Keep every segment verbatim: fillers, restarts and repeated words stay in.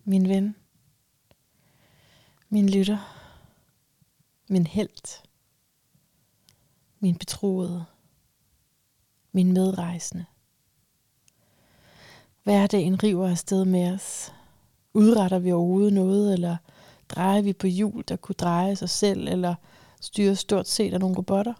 min ven, min lytter, min helt, min betroede, min medrejsende. Hverdagen river afsted med os. Udretter vi overhovedet noget, eller drejer vi på hjul, der kunne dreje sig selv, eller styre stort set af nogle robotter?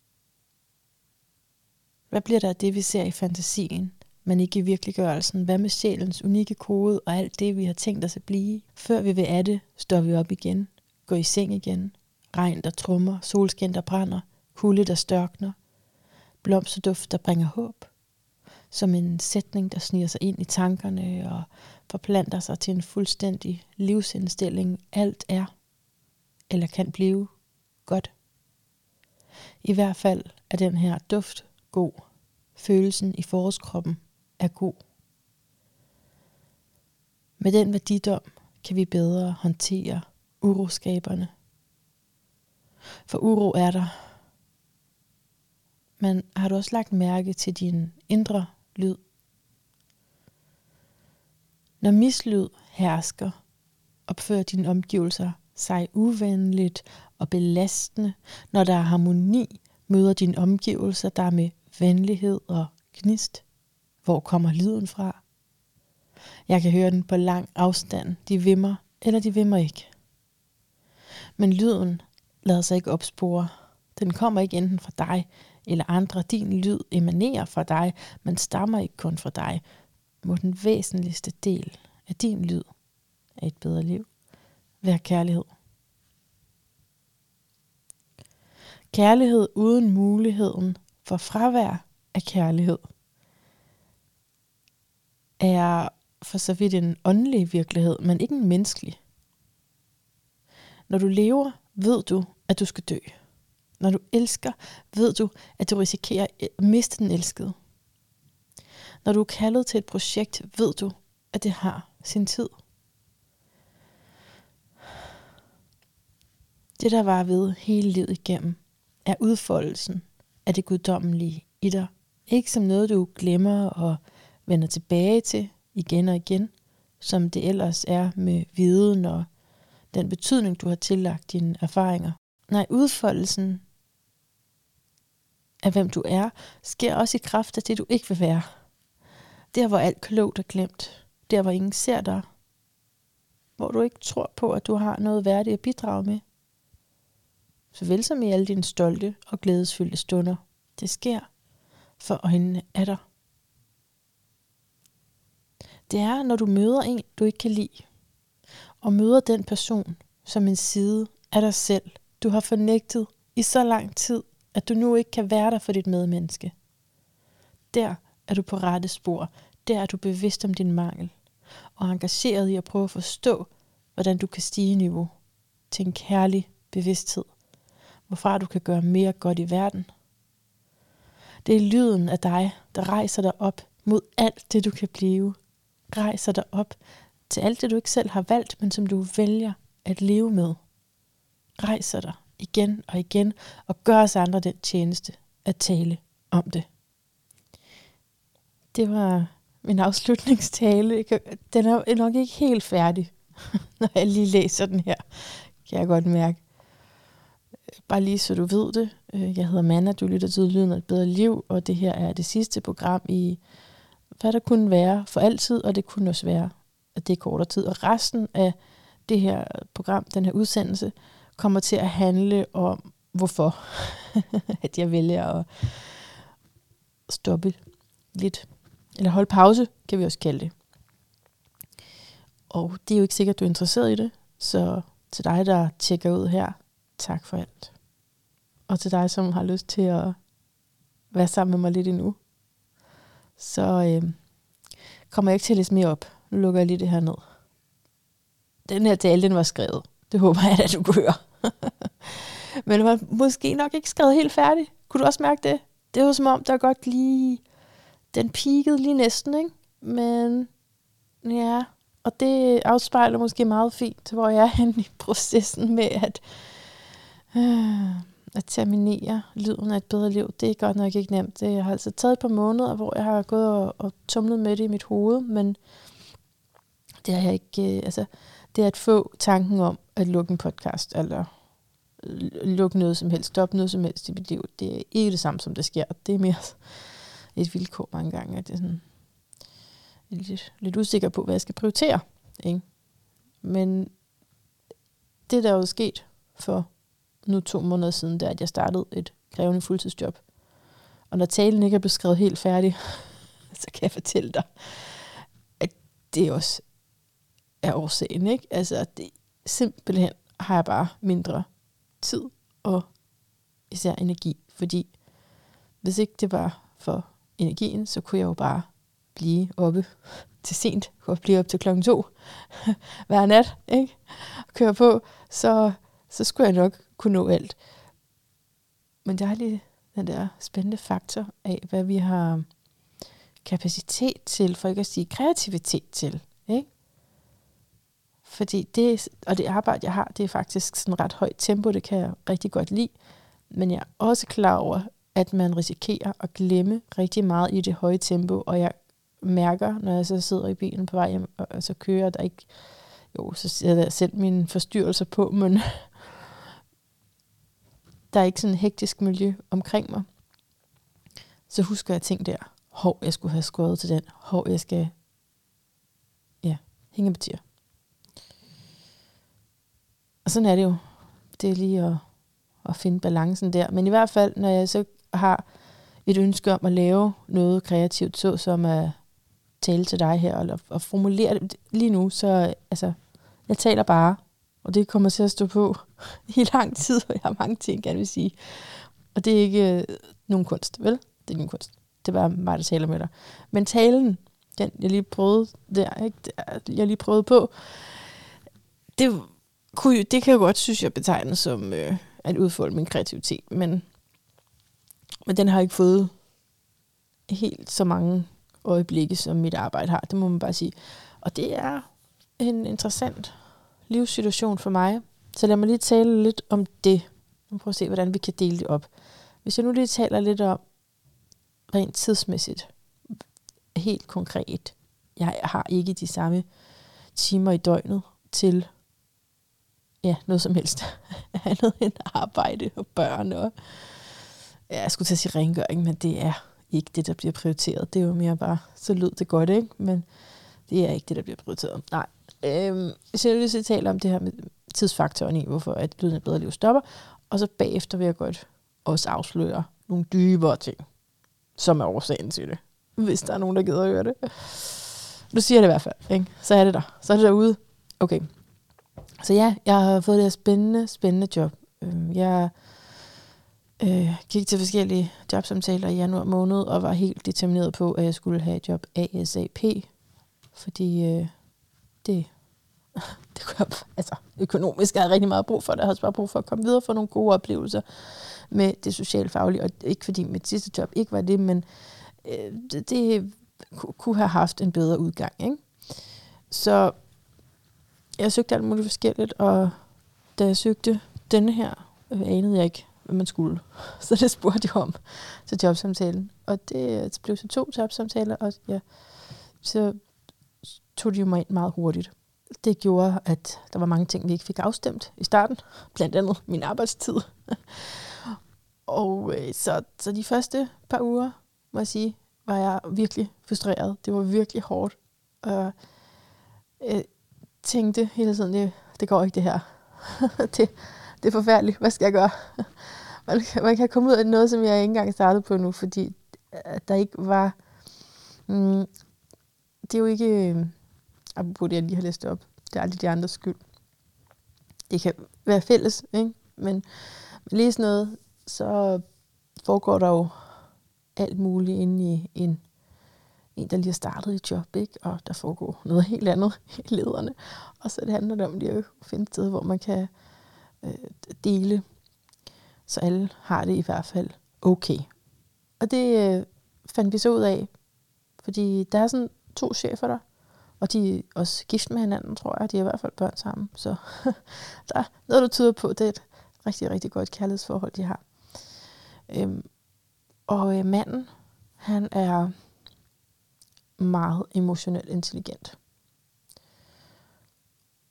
Hvad bliver der af det, vi ser i fantasien, men ikke i virkeliggørelsen? Hvad med sjælens unikke kode og alt det, vi har tænkt os at blive? Før vi vil af det, står vi op igen, går i seng igen. Regn, der trummer, solskin, der brænder, kulde, der størkner. Blomsterduft, der bringer håb. Som en sætning, der sniger sig ind i tankerne og forplanter sig til en fuldstændig livsindstilling. Alt er, eller kan blive, godt. I hvert fald er den her duft god. Følelsen i forårskroppen er god. Med den værdidom kan vi bedre håndtere uroskaberne. For uro er der. Men har du også lagt mærke til din indre lyd? Når mislyd hersker, opfører dine omgivelser sig uvenligt og belastende. Når der er harmoni, møder dine omgivelser dig med venlighed og gnist. Hvor kommer lyden fra? Jeg kan høre den på lang afstand. De vimmer, eller de vimmer ikke. Men lyden lader sig ikke opspore. Den kommer ikke enten fra dig eller andre. Din lyd emanerer fra dig, men stammer ikke kun fra dig. Må den væsentligste del af din lyd af et bedre liv være kærlighed. Kærlighed uden muligheden for fravær af kærlighed er for så vidt en åndelig virkelighed, men ikke en menneskelig. Når du lever, ved du, at du skal dø. Når du elsker, ved du, at du risikerer at miste den elskede. Når du er kaldet til et projekt, ved du, at det har sin tid. Det, der var ved hele livet igennem, er udfoldelsen af det guddommelige i dig. Ikke som noget, du glemmer og vender tilbage til igen og igen, som det ellers er med viden og den betydning, du har tillagt dine erfaringer. Nej, udfoldelsen af hvem du er, sker også i kraft af det, du ikke vil være. Der, hvor alt klogt er glemt. Der, hvor ingen ser dig. Hvor du ikke tror på, at du har noget værdigt at bidrage med. Såvel som i alle dine stolte og glædesfyldte stunder. Det sker, for øjnene er der. Det er, når du møder en, du ikke kan lide. Og møder den person som en side af dig selv, du har fornægtet i så lang tid, at du nu ikke kan være der for dit medmenneske. Der er du på rette spor. Der er du bevidst om din mangel. Og engageret i at prøve at forstå, hvordan du kan stige i niveau til en kærlig bevidsthed. Hvorfra du kan gøre mere godt i verden. Det er lyden af dig, der rejser dig op mod alt det, du kan blive. Rejser dig op til alt det, du ikke selv har valgt, men som du vælger at leve med. Rejser dig igen og igen, og gør os andre den tjeneste at tale om det. Det var min afslutningstale. Den er nok ikke helt færdig, når jeg lige læser den her, kan jeg godt mærke. Bare lige så du ved det. Jeg hedder Manna, du lytter til Lyden af et bedre liv, og det her er det sidste program i, hvad der kunne være for altid, og det kunne også være, at det er kortere tid. Og resten af det her program, den her udsendelse, kommer til at handle om, hvorfor at jeg vælger at stoppe lidt. Eller holde pause, kan vi også kalde det. Og det er jo ikke sikkert, du er interesseret i det. Så til dig, der tjekker ud her, tak for alt. Og til dig, som har lyst til at være sammen med mig lidt endnu, så øh, kommer jeg ikke til at læse mere op. Nu lukker jeg lige det her ned. Den her tale, den var skrevet. Det håber jeg, at du kunne høre. Men det var måske nok ikke skrevet helt færdig. Kunne du også mærke det? Det var som om, der godt lige... Den peakede lige næsten, ikke? Men ja, og det afspejler måske meget fint, hvor jeg er henne i processen med at, øh, at terminere lyden af et bedre liv. Det er godt nok ikke nemt. Det har altså taget et par måneder, hvor jeg har gået og, og tumlet med det i mit hoved, men Det er jeg ikke, øh, altså, det er at få tanken om at lukke en podcast, eller lukke noget som helst, stoppe noget som helst i mit liv. Det er ikke det samme, som det sker. Det er mere et vilkår mange gange, at det er sådan, jeg er lidt, lidt usikker på, hvad jeg skal prioritere. Ikke? Men det, der er jo sket for nu to måneder siden, det er, at jeg startede et krævende fuldtidsjob. Og når talen ikke er blevet skrevet helt færdig, så kan jeg fortælle dig, at det også er årsagen. Ikke? Altså, det simpelthen har jeg bare mindre tid og især energi. Fordi hvis ikke det var for energien, så kunne jeg jo bare blive oppe til sent. Jeg kunne blive op til klokken to hver nat, ikke? Og køre på, så, så skulle jeg nok kunne nå alt. Men der er lige den der spændende faktor af, hvad vi har kapacitet til, for ikke at sige kreativitet til, ikke? Fordi det, og det arbejde, jeg har, det er faktisk sådan ret højt tempo, det kan jeg rigtig godt lide. Men jeg er også klar over, at man risikerer at glemme rigtig meget i det høje tempo, og jeg mærker, når jeg så sidder i bilen på vej hjem, og så kører der ikke, jo, så sætter jeg selv mine forstyrrelser på, men der er ikke sådan et hektisk miljø omkring mig. Så husker jeg ting der, hov, jeg skulle have skåret til den, hov, jeg skal, ja, hænge på tier. Og sådan er det jo. Det er lige at, at finde balancen der. Men i hvert fald, når jeg så har et ønske om at lave noget kreativt, så som at tale til dig her, eller at formulere det lige nu, så altså, jeg taler bare, og det kommer til at stå på i lang tid, og jeg har mange ting, jeg gerne vil sige. Og det er ikke øh, nogen kunst, vel? Det er ikke kunst. Det var mig, der taler med dig. Men talen, den jeg lige prøvede der, ikke? jeg lige prøvede på, det, kunne, det kan jeg godt, synes jeg, betegnes som øh, at udfolde min kreativitet, men, men den har ikke fået helt så mange øjeblikke, som mit arbejde har. Det må man bare sige. Og det er en interessant livssituation for mig. Så lad mig lige tale lidt om det. Nu prøv at se, hvordan vi kan dele det op. Hvis jeg nu lige taler lidt om rent tidsmæssigt, helt konkret. Jeg har ikke de samme timer i døgnet til ja, noget som helst andet end arbejde og børn. Og ja, jeg skulle til at sige rengøring, men det er ikke det, der bliver prioriteret. Det er jo mere bare, så lød det godt, ikke? Men det er ikke det, der bliver prioriteret. Nej. Øhm, hvis jeg lige taler om det her med tidsfaktoren i, hvorfor at lyden af bedre liv stopper, og så bagefter vil jeg godt også afsløre nogle dybere ting, som er årsagen til det. Hvis der er nogen, der gider at høre det. Nu siger jeg det i hvert fald, ikke? Så er det der. Så er det derude. Okay. Så ja, jeg har fået det her spændende, spændende job. Jeg øh, gik til forskellige jobsamtaler i januar måned, og var helt determineret på, at jeg skulle have et job ASAP. Fordi øh, det, det kunne jeg, altså økonomisk havde jeg rigtig meget brug for det. Jeg havde også bare brug for at komme videre for nogle gode oplevelser med det socialfaglige. Og ikke fordi mit sidste job ikke var det, men øh, det, det kunne have haft en bedre udgang. Ikke? Så jeg søgte alt muligt forskelligt, og da jeg søgte denne her, øh, anede jeg ikke, hvad man skulle. Så det spurgte jeg om til jobsamtalen. Og det blev så to jobsamtaler, og ja, så tog de jo mig ind meget hurtigt. Det gjorde, at der var mange ting, vi ikke fik afstemt i starten. Blandt andet min arbejdstid. og øh, så, så de første par uger, må jeg sige, var jeg virkelig frustreret. Det var virkelig hårdt. Og jeg tænkte hele tiden, det, det går ikke det her. det, det er forfærdeligt. Hvad skal jeg gøre? man, kan, man kan komme ud af noget, som jeg ikke engang startede på nu, fordi der ikke var... Mm, det er jo ikke... Apropos det, jeg lige har læst op. Det er aldrig de andres skyld. Det kan være fælles, ikke? Men, men lige sådan noget, så foregår der jo alt muligt inde i en, en der lige har startet et job, ikke? Og der foregår noget helt andet i lederne. Og så det handler det om lige at finde et sted, hvor man kan øh, dele, så alle har det i hvert fald okay. Og det øh, fandt vi så ud af, fordi der er sådan to chefer der, og de er også gift med hinanden, tror jeg. De har i hvert fald børn sammen. Så der er noget, der tyder på, det er et rigtig, rigtig godt kærlighedsforhold, de har. Øhm, og øh, manden, han er meget emotionelt intelligent.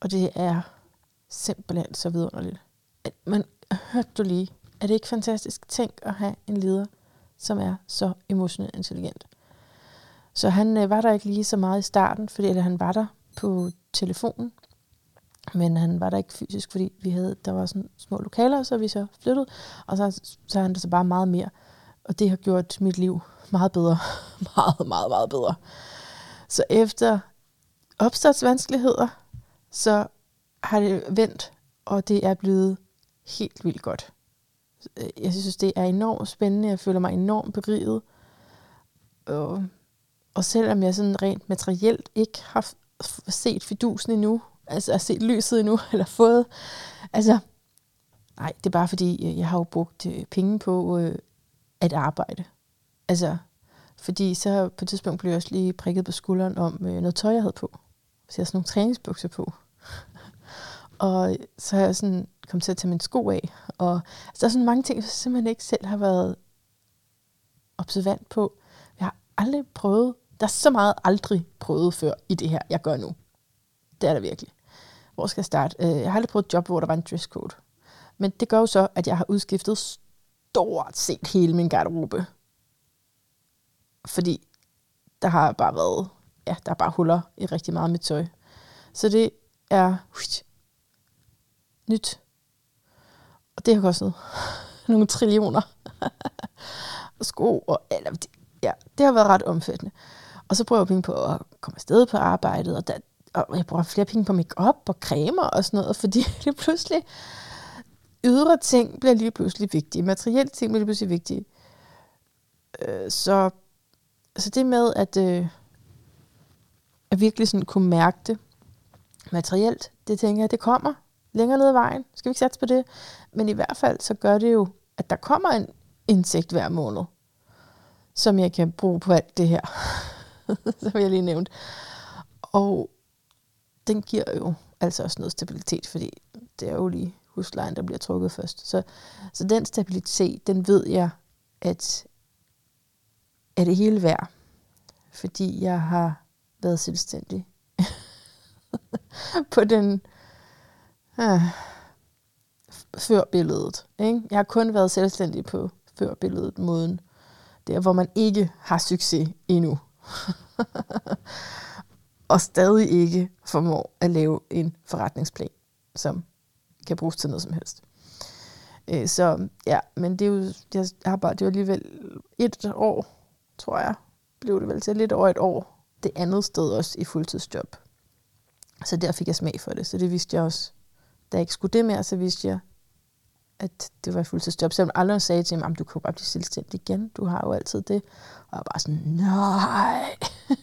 Og det er simpelthen så vidunderligt. Men hørte du lige, er det ikke fantastisk? Tænk at have en leder, som er så emotionelt intelligent. Så han øh, var der ikke lige så meget i starten, fordi eller han var der på telefonen, men han var der ikke fysisk, fordi vi havde, der var sådan små lokaler, så vi så flyttede, og så, så er han der så bare meget mere. Og det har gjort mit liv meget bedre. meget, meget, meget bedre. Så efter opstartsvanskeligheder, så har det vendt, og det er blevet helt vildt godt. Jeg synes, det er enormt spændende. Jeg føler mig enormt beriget. Og, og selvom jeg sådan rent materielt ikke har set fidusen endnu, altså har set lyset endnu, eller fået, altså, nej, det er bare fordi, jeg har jo brugt penge på øh, at arbejde. Altså, fordi så på et tidspunkt blev jeg også lige prikket på skulderen om øh, noget tøj, jeg havde på. Så jeg havde sådan nogle træningsbukser på. Og så har jeg sådan kommet til at tage mine sko af. Og altså, der er sådan mange ting, jeg simpelthen ikke selv har været observant på. Jeg har aldrig prøvet, der er så meget aldrig prøvet før i det her, jeg gør nu. Det er der virkelig. Hvor skal jeg starte? Jeg har aldrig prøvet et job, hvor der var en dresscode. Men det gør jo så, at jeg har udskiftet stort set hele min garderobe. Fordi der har bare været, ja, der er bare huller i rigtig meget af mit tøj. Så det er huish, nyt. Og det har kostet nogle trillioner. Sko og eller, ja, det har været ret omfattende. Og så bruger jeg penge på at komme afsted på arbejdet, og, der, og jeg bruger flere penge på make-up og cremer og sådan noget, fordi det pludselig ydre ting bliver lige pludselig vigtige. Materielle ting bliver lige pludselig vigtige. Øh, så, så det med at, øh, at virkelig sådan kunne mærke det materielt, det tænker jeg, det kommer længere ned ad vejen. Skal vi ikke satse på det? Men i hvert fald så gør det jo, at der kommer en indsigt hver måned, som jeg kan bruge på alt det her, som jeg lige nævnte. Og den giver jo altså også noget stabilitet, fordi det er jo lige huslejen, der bliver trukket først. Så, så den stabilitet, den ved jeg, at er det hele værd, fordi jeg har været selvstændig på den øh, førbilledet. Ikke? Jeg har kun været selvstændig på førbilledet måden, der hvor man ikke har succes endnu. Og stadig ikke formår at lave en forretningsplan, som kan bruges til noget som helst. Øh, så ja, men det er jo, jeg har bare, det var alligevel et år, tror jeg, blev det vel til lidt over et år, det andet sted også i fuldtidsjob. Så der fik jeg smag for det, så det vidste jeg også. Da jeg ikke skulle det mere, så vidste jeg, at det var et fuldtidsjob. Selvom alle sagde til mig, du kan jo bare blive selvstændig igen, du har jo altid det. Og jeg var bare sådan, nej,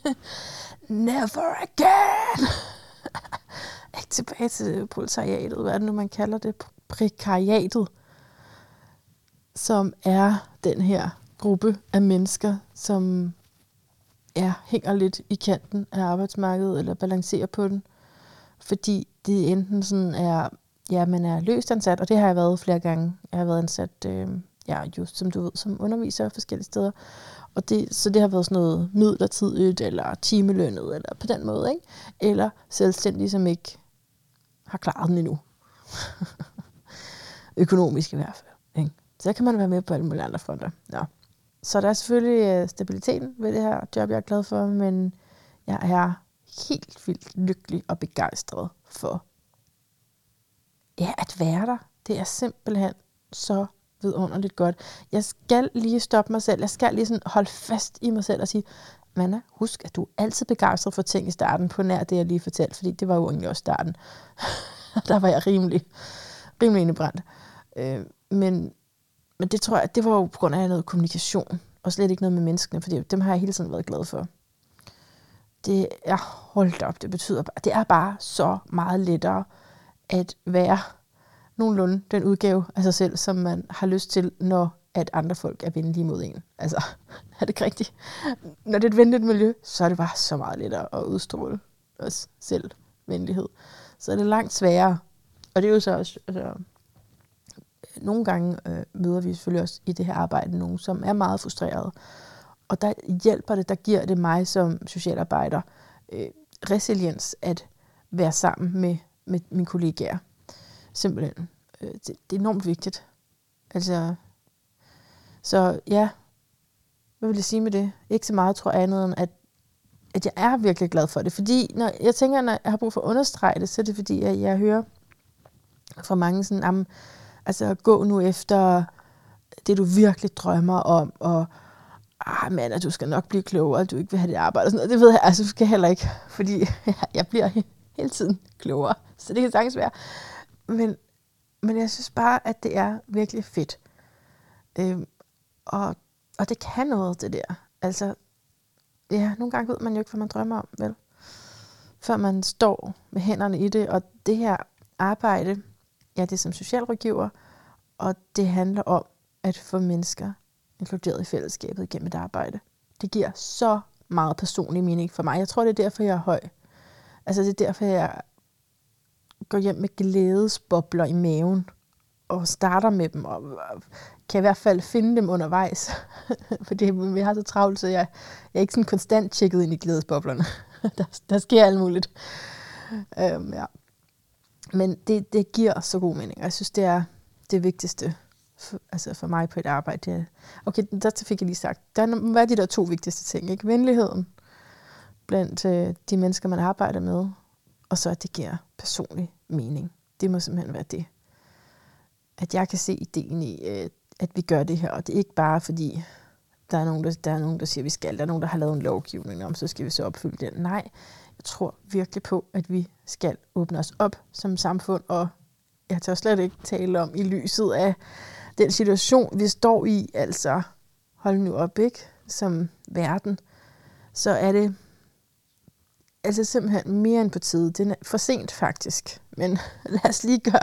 never again. Ikke tilbage til proletariatet, hvad er det nu, man kalder det? Prekariatet, som er den her gruppe af mennesker, som ja, hænger lidt i kanten af arbejdsmarkedet, eller balancerer på den. Fordi det enten sådan er, ja, man er løst ansat, og det har jeg været flere gange. Jeg har været ansat, øh, ja, just som du ved, som underviser forskellige steder. Og det, så det har været sådan noget midlertidigt, eller timelønnet, eller på den måde, ikke? Eller selvstændig, som ikke har klaret den endnu. Økonomisk i hvert fald. Ikke? Så kan man være med på alle mulige andre fronter. Ja. Så der er selvfølgelig uh, stabiliteten ved det her job, jeg er glad for, men jeg er helt vildt lykkelig og begejstret for ja, at være der. Det er simpelthen så vidunderligt godt. Jeg skal lige stoppe mig selv. Jeg skal lige sådan holde fast i mig selv og sige, Manna, husk, at du er altid begejstret for ting i starten, på nær det, jeg lige fortalte, fordi det var jo egentlig også starten. Der var jeg rimelig, rimelig indebrændt. Øh, men, men det tror jeg, det var jo på grund af noget kommunikation, og slet ikke noget med menneskene, fordi dem har jeg hele tiden været glad for. Det er holdt op, det betyder bare, det er bare så meget lettere at være nogenlunde den udgave af sig selv, som man har lyst til, når at andre folk er venlige mod en. Altså, er det ikke rigtigt? Når det er et venligt miljø, så er det bare så meget lettere at udstråle os selv venlighed. Så er det langt sværere. Og det er jo så også, altså, nogle gange øh, møder vi selvfølgelig også i det her arbejde nogen, som er meget frustrerede. Og der hjælper det, der giver det mig som socialarbejder øh, resiliens at være sammen med med mine kollegaer. Simpelthen. Det, det er enormt vigtigt. Altså, så ja, hvad vil jeg sige med det? Ikke så meget, tror jeg, andet end, at, at jeg er virkelig glad for det. Fordi, når jeg tænker, når jeg har brug for at understrege det, så er det fordi, at jeg hører fra mange sådan, am, altså gå nu efter det, du virkelig drømmer om, og ah, man, at du skal nok blive klogere, at du ikke vil have det arbejde, og sådan noget. Det ved jeg, altså, du skal heller ikke, fordi jeg bliver hele tiden klogere, så det kan sagtens være. Men, men jeg synes bare, at det er virkelig fedt. Øhm, og, og det kan noget, det der. Altså, ja, nogle gange ved man jo ikke, hvad man drømmer om, vel? Før man står med hænderne i det, og det her arbejde, ja, det er som socialrådgiver, og det handler om at få mennesker inkluderet i fællesskabet gennem et arbejde. Det giver så meget personlig mening for mig. Jeg tror, det er derfor, jeg er høj. Altså, det er derfor, jeg går hjem med glædesbobler i maven, og starter med dem, og kan i hvert fald finde dem undervejs. Fordi vi har så travlt, så jeg, jeg er ikke sådan konstant tjekket ind i glædesboblerne. der, der sker alt muligt. Øhm, ja. Men det, det giver så god mening, og jeg synes, det er det vigtigste for, altså for mig på et arbejde. Det er, okay, der fik jeg lige sagt, der er, hvad er de der to vigtigste ting? Ikke? Venligheden blandt øh, de mennesker, man arbejder med, og så at det giver personlig mening. Det må simpelthen være det. At jeg kan se ideen i, øh, at vi gør det her, og det er ikke bare fordi, der er nogen, der, der, er nogen, der siger, at vi skal. Der er nogen, der har lavet en lovgivning om, så skal vi så opfylde den. Nej, jeg tror virkelig på, at vi skal åbne os op som samfund, og jeg tør slet ikke tale om i lyset af den situation, vi står i, altså hold nu op, ikke? Som verden, så er det altså simpelthen mere end på tide. Det er for sent faktisk, men lad os lige gøre,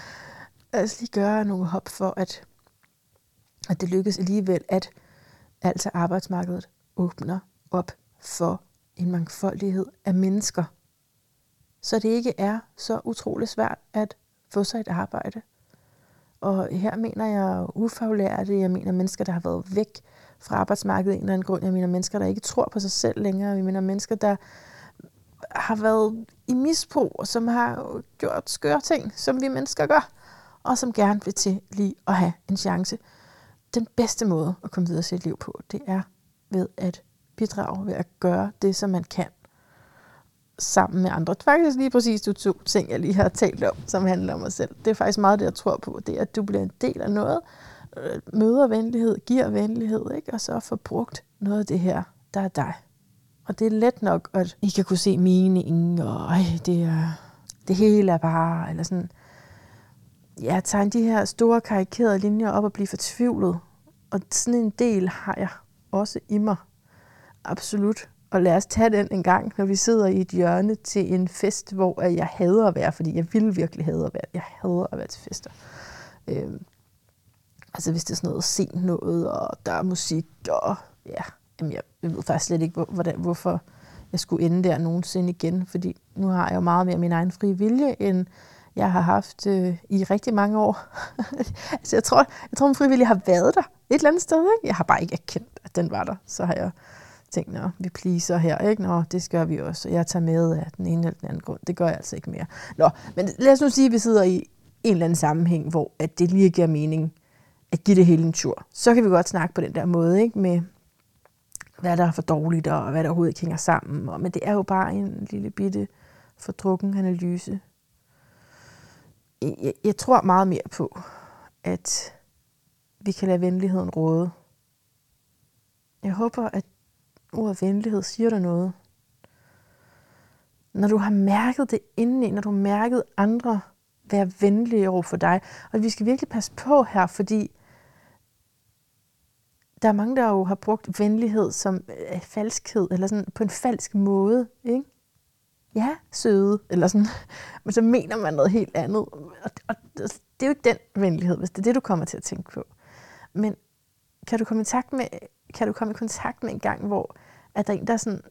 lad os lige gøre nogle hop for, at, at det lykkes alligevel, at altså arbejdsmarkedet åbner op for en mangfoldighed af mennesker, så det ikke er så utrolig svært at få sig et arbejde. Og her mener jeg ufaglærte, jeg mener mennesker, der har været væk fra arbejdsmarkedet af en eller anden grund. Jeg mener mennesker, der ikke tror på sig selv længere. Jeg mener mennesker, der har været i misbrug, og som har gjort skøre ting, som vi mennesker gør, og som gerne vil til lige at have en chance. Den bedste måde at komme videre i sit liv på, det er ved at bidrage, ved at gøre det, som man kan, sammen med andre. Det er faktisk lige præcis de to ting, jeg lige har talt om, som handler om mig selv. Det er faktisk meget det, jeg tror på. Det er, at du bliver en del af noget, møder venlighed, giver venlighed, ikke? Og så får brugt noget af det her, der er dig. Og det er let nok, at I kan kunne se meningen, og øj, det, er, det hele er bare, eller sådan, ja, tegne de her store karikerede linjer op og blive fortvivlet. Og sådan en del har jeg også i mig. Absolut. Og lad os tage den en gang, når vi sidder i et hjørne til en fest, hvor jeg hader at være, fordi jeg vil virkelig hade at være. Jeg hader at være til fester. Øhm, altså hvis det er sådan noget sent noget, og der er musik, og ja, jamen jeg, jeg ved faktisk slet ikke, hvor, hvordan, hvorfor jeg skulle ende der nogensinde igen, fordi nu har jeg jo meget mere min egen frie vilje, end jeg har haft øh, i rigtig mange år. altså jeg tror, jeg tror, min frivillige har været der et eller andet sted, ikke? Jeg har bare ikke erkendt, at den var der. Så har jeg tænkt, nå, vi pleaser her, ikke? Nå, det gør vi også. Jeg tager med af den ene eller den anden grund. Det gør jeg altså ikke mere. Nå, men lad os nu sige, at vi sidder i en eller anden sammenhæng, hvor at det lige giver mening at give det hele en tur. Så kan vi godt snakke på den der måde, ikke? Med hvad der er for dårligt, og hvad der overhovedet ikke hænger sammen. Og, men det er jo bare en lille bitte fordrukken analyse. Jeg, jeg tror meget mere på, at vi kan lade venligheden råde. Jeg håber, at ordet venlighed siger dig noget. Når du har mærket det indeni, når du har mærket andre være venlige over for dig. Og vi skal virkelig passe på her, fordi der er mange, der jo har brugt venlighed som øh, falskhed, eller sådan på en falsk måde, ikke? Ja, søde, eller sådan. Men så mener man noget helt andet. Og, og det er jo ikke den venlighed, hvis det er det, du kommer til at tænke på. Men kan du komme i kontakt med, kan du komme i kontakt med en gang, hvor at der er en, der er sådan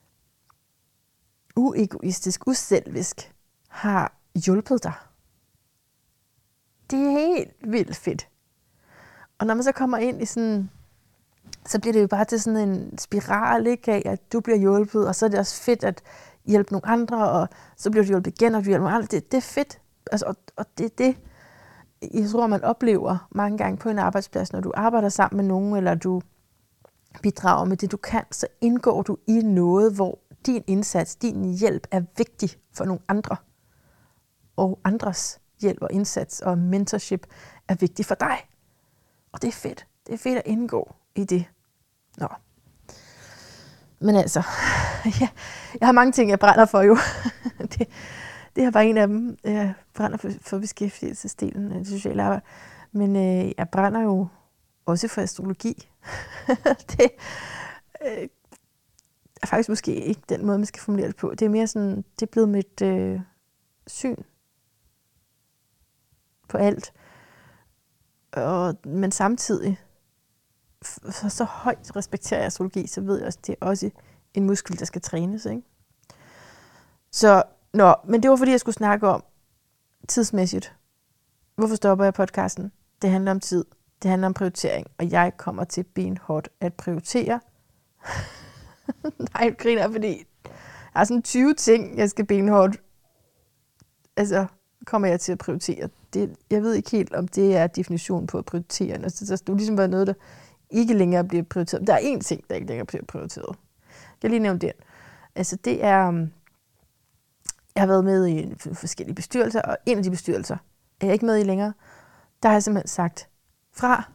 uegoistisk, uselvisk, har hjulpet dig? Det er helt vildt fedt. Og når man så kommer ind i sådan, så bliver det jo bare til sådan en spiral, ikke, af, at du bliver hjulpet, og så er det også fedt, at hjælpe nogle andre, og så bliver du hjulpet igen, og du hjælper nogle andre. Det, det er fedt. Altså, og, og det er det, jeg tror, man oplever mange gange på en arbejdsplads, når du arbejder sammen med nogen, eller du bidrager med det, du kan, så indgår du i noget, hvor din indsats, din hjælp er vigtig for nogle andre. Og andres hjælp og indsats og mentorship er vigtig for dig. Og det er fedt. Det er fedt at indgå i det. Nå. Men altså, ja, jeg har mange ting, jeg brænder for jo. det, det er bare en af dem. Jeg brænder for, for beskæftigelsesdelen af det sociale arbejde. Men øh, jeg brænder jo også for astrologi. det øh, er faktisk måske ikke den måde, man skal formulere det på. Det er mere sådan, det er blevet mit øh, syn på alt. Og, men samtidig, for så højt respekterer jeg astrologi, så ved jeg også, at det er også en muskel, der skal trænes. Ikke? Så, nå, men det var fordi, jeg skulle snakke om tidsmæssigt. Hvorfor stopper jeg podcasten? Det handler om tid. Det handler om prioritering. Og jeg kommer til benhårdt at prioritere. Nej, jeg griner, fordi jeg har sådan tyve ting, jeg skal benhårdt. Altså, kommer jeg til at prioritere. Det, jeg ved ikke helt, om det er definitionen på at prioritere. Altså, der er ligesom bare noget, der ikke længere bliver prioriteret. Der er én ting, der ikke længere bliver prioriteret. Jeg kan lige nævne den. Altså, det er... Jeg har været med i forskellige bestyrelser, og en af de bestyrelser er jeg ikke med i længere. Der har jeg simpelthen sagt fra.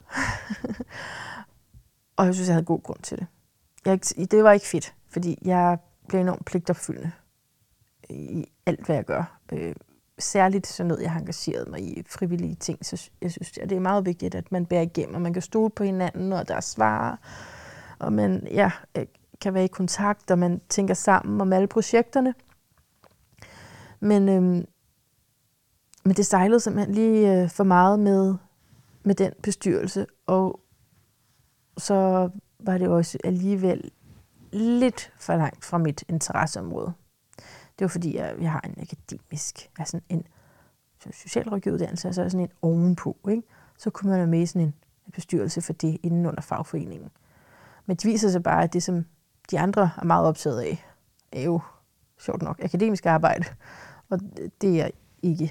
Og jeg synes, jeg havde god grund til det. Jeg, det var ikke fedt, fordi jeg blev enormt pligtopfyldende i alt, hvad jeg gør. Øh, særligt sådan noget, jeg har engageret mig i frivillige ting. Så jeg synes, at det er meget vigtigt, at man bærer igennem, og man kan stole på hinanden, og der er svar, og man ja, kan være i kontakt, og man tænker sammen om alle projekterne. Men, øhm, men det sejlede simpelthen lige øh, for meget med, med den bestyrelse, og så var det også alligevel lidt for langt fra mit interesseområde. Det var fordi, jeg, jeg har en akademisk, altså en socialrådgiveruddannelse, altså sådan en ovenpå, ikke? Så kunne man være med i sådan en, en bestyrelse for det inden under fagforeningen. Men det viser sig bare, at det, som de andre er meget optaget af, er jo sjovt nok akademisk arbejde, og det er jeg ikke.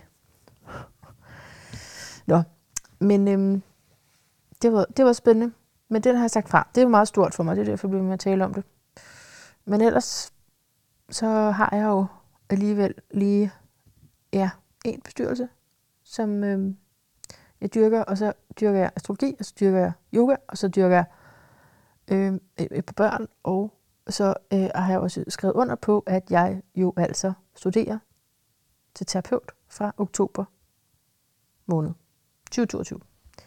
Nå, men øhm, det, var, det var spændende. Men den har jeg sagt fra. Det er jo meget stort for mig, det er derfor, jeg bliver med at tale om det. Men ellers, så har jeg jo alligevel lige ja, en bestyrelse, som øhm, jeg dyrker, og så dyrker jeg astrologi, og så dyrker jeg yoga, og så dyrker jeg øhm, et par børn, og så øh, har jeg også skrevet under på, at jeg jo altså studerer til terapeut fra oktober måned tyve toogtyve.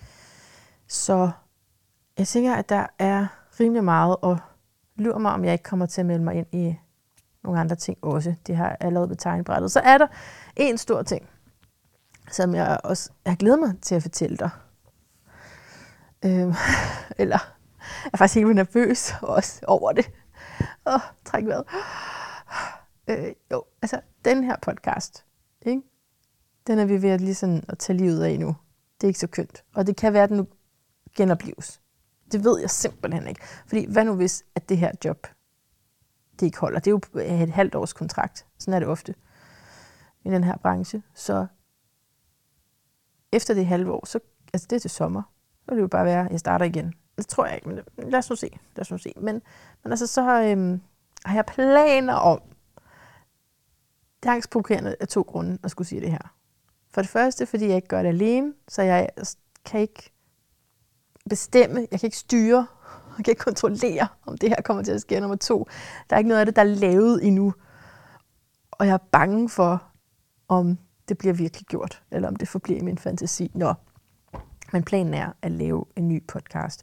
Så jeg tænker, at der er rimelig meget, og lurer mig, om jeg ikke kommer til at melde mig ind i nogle andre ting også. Det har jeg allerede på tegnebrættet. Så er der en stor ting, som jeg også jeg glæder mig til at fortælle dig. Øhm, eller jeg er faktisk helt nervøs også over det. Åh, oh, træk vejret. Øh, jo, altså, den her podcast, ikke? Den er vi ved at, lige sådan, at tage livet af nu. Det er ikke så kønt. Og det kan være, at den nu genopleves. Det ved jeg simpelthen ikke. Fordi hvad nu hvis, at det her job, det ikke holder? Det er jo et halvt års kontrakt. Sådan er det ofte i den her branche. Så efter det halve år, så, altså det er til sommer, så vil det jo bare være, at jeg starter igen. Det tror jeg ikke, men lad os nu se. Lad os nu se. Men, men altså, så øhm, har jeg planer om, det er angstprovokerende af to grunde at skulle sige det her. For det første, fordi jeg ikke gør det alene, så jeg kan ikke bestemme, jeg kan ikke styre, jeg kan ikke kontrollere, om det her kommer til at ske. Nummer to, der er ikke noget af det, der er lavet endnu. Og jeg er bange for, om det bliver virkelig gjort, eller om det forbliver i min fantasi. Nå, men planen er at lave en ny podcast.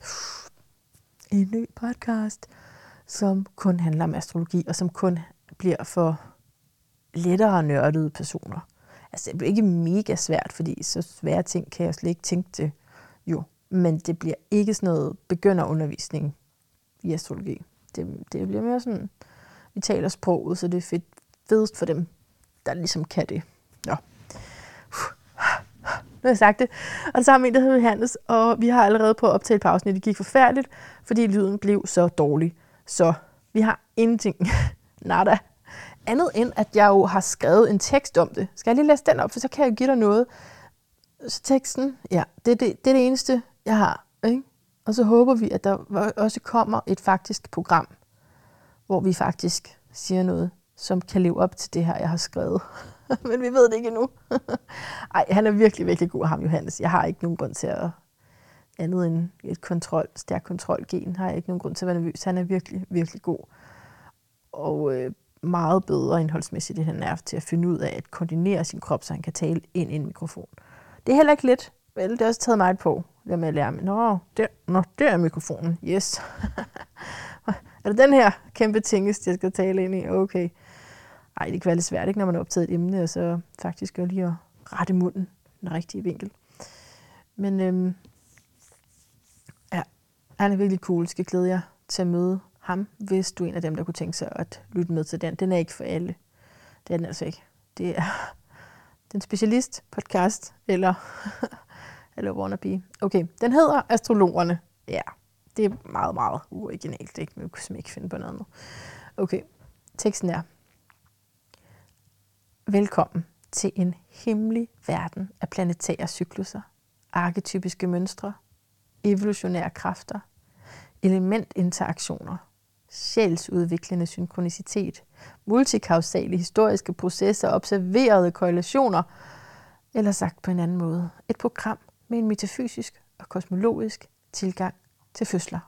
En ny podcast, som kun handler om astrologi, og som kun bliver for lettere nørdede personer. Altså, det bliver ikke mega svært, fordi så svære ting kan jeg slet ikke tænke til. Jo, men det bliver ikke sådan noget begynderundervisning i astrologi. Det, det bliver mere sådan, vi taler sproget, så det er fedt, fedest for dem, der ligesom kan det. Nå. Nu har jeg sagt det. Og så har vi en, der hedder Johannes, og vi har allerede på at optage pausen, det gik forfærdeligt, fordi lyden blev så dårlig. Så vi har ingenting, nada, andet end, at jeg jo har skrevet en tekst om det. Skal jeg lige læse den op, for så kan jeg jo give dig noget. Så teksten, ja, det er det, det, er det eneste, jeg har. Ikke? Og så håber vi, at der også kommer et faktisk program, hvor vi faktisk siger noget, som kan leve op til det her, jeg har skrevet. Men vi ved det ikke endnu. Ej, han er virkelig, virkelig god, ham Johannes. Jeg har ikke nogen grund til at andet end et kontrol, stærk kontrolgen, har jeg ikke nogen grund til at være nervøs. Han er virkelig, virkelig god. Og øh, meget bedre indholdsmæssigt, end han er til at finde ud af at koordinere sin krop, så han kan tale ind i en mikrofon. Det er heller ikke let. Vel, det har også taget mig på, det med at lære mig. Nå, der, nå, der er mikrofonen. Yes. Er det den her kæmpe tingest, jeg skal tale ind i? Okay. Ej, det kan være lidt svært, ikke, når man er optaget et emne, og så faktisk gør lige at rette munden i den rigtige vinkel. Men øhm, ja, han er virkelig cool. Jeg skal glæde jer til at møde ham, hvis du er en af dem, der kunne tænke sig at lytte med til den. Den er ikke for alle. Det er den altså ikke. Det er den specialist podcast, eller, eller wannabe. Okay, den hedder Astrologerne. Ja, det er meget, meget uoriginalt. Ikke? Vi kunne simpelthen ikke finde på noget andet. Okay, teksten er: Velkommen til en hemmelig verden af planetære cykluser, arketypiske mønstre, evolutionære kræfter, elementinteraktioner, sjælsudviklende synkronicitet, multikausale historiske processer, observerede korrelationer, eller sagt på en anden måde, et program med en metafysisk og kosmologisk tilgang til fødsler.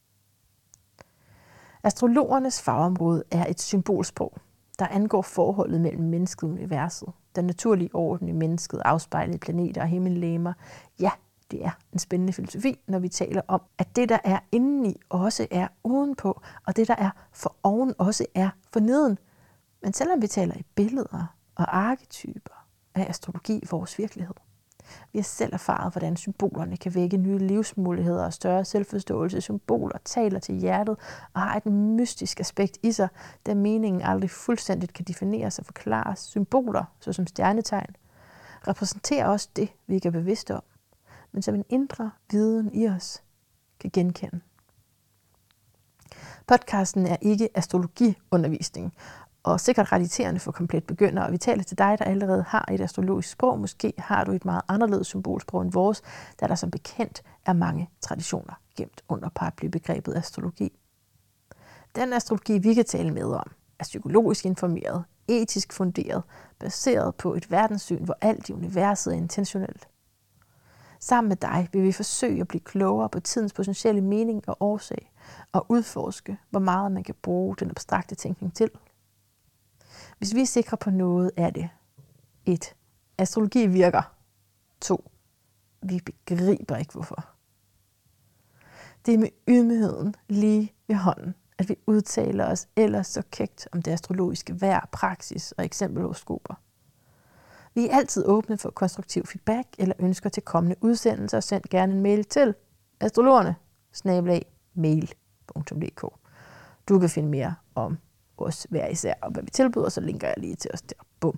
Astrologernes fagområde er et symbolsprog, der angår forholdet mellem mennesket og universet, den naturlige orden i mennesket afspejlet i planeter og himmellegemer. Ja, det er en spændende filosofi, når vi taler om, at det, der er indeni, også er udenpå, og det, der er for oven, også er for neden. Men selvom vi taler i billeder og arketyper, er astrologi vores virkelighed. Vi har selv erfaret, hvordan symbolerne kan vække nye livsmuligheder og større selvforståelse. Symboler taler til hjertet og har et mystisk aspekt i sig, da meningen aldrig fuldstændigt kan defineres og forklares. Symboler, såsom stjernetegn, repræsenterer også det, vi ikke er bevidste om, men som en indre viden i os kan genkende. Podcasten er ikke astrologiundervisning, og sikkert raditerende for komplet begyndere. Og vi taler til dig, der allerede har et astrologisk sprog. Måske har du et meget anderledes symbolsprog end vores, da der som bekendt er mange traditioner gemt under paraplybegrebet astrologi. Den astrologi, vi kan tale med om, er psykologisk informeret, etisk funderet, baseret på et verdenssyn, hvor alt i universet er intentionelt. Sammen med dig vil vi forsøge at blive klogere på tidens potentielle mening og årsag, og udforske, hvor meget man kan bruge den abstrakte tænkning til. Hvis vi er sikre på noget, er det et. Astrologi virker. to. Vi begriber ikke hvorfor. Det er med ydmygheden lige ved hånden, at vi udtaler os ellers så kægt om det astrologiske vejr, praksis og eksempelhoroskoper. Vi er altid åbne for konstruktiv feedback eller ønsker til kommende udsendelser. Send gerne en mail til astrologerne snabel-a mail punktum d k. Du kan finde mere om os hver især, og hvad vi tilbyder, så linker jeg lige til os der. Bum.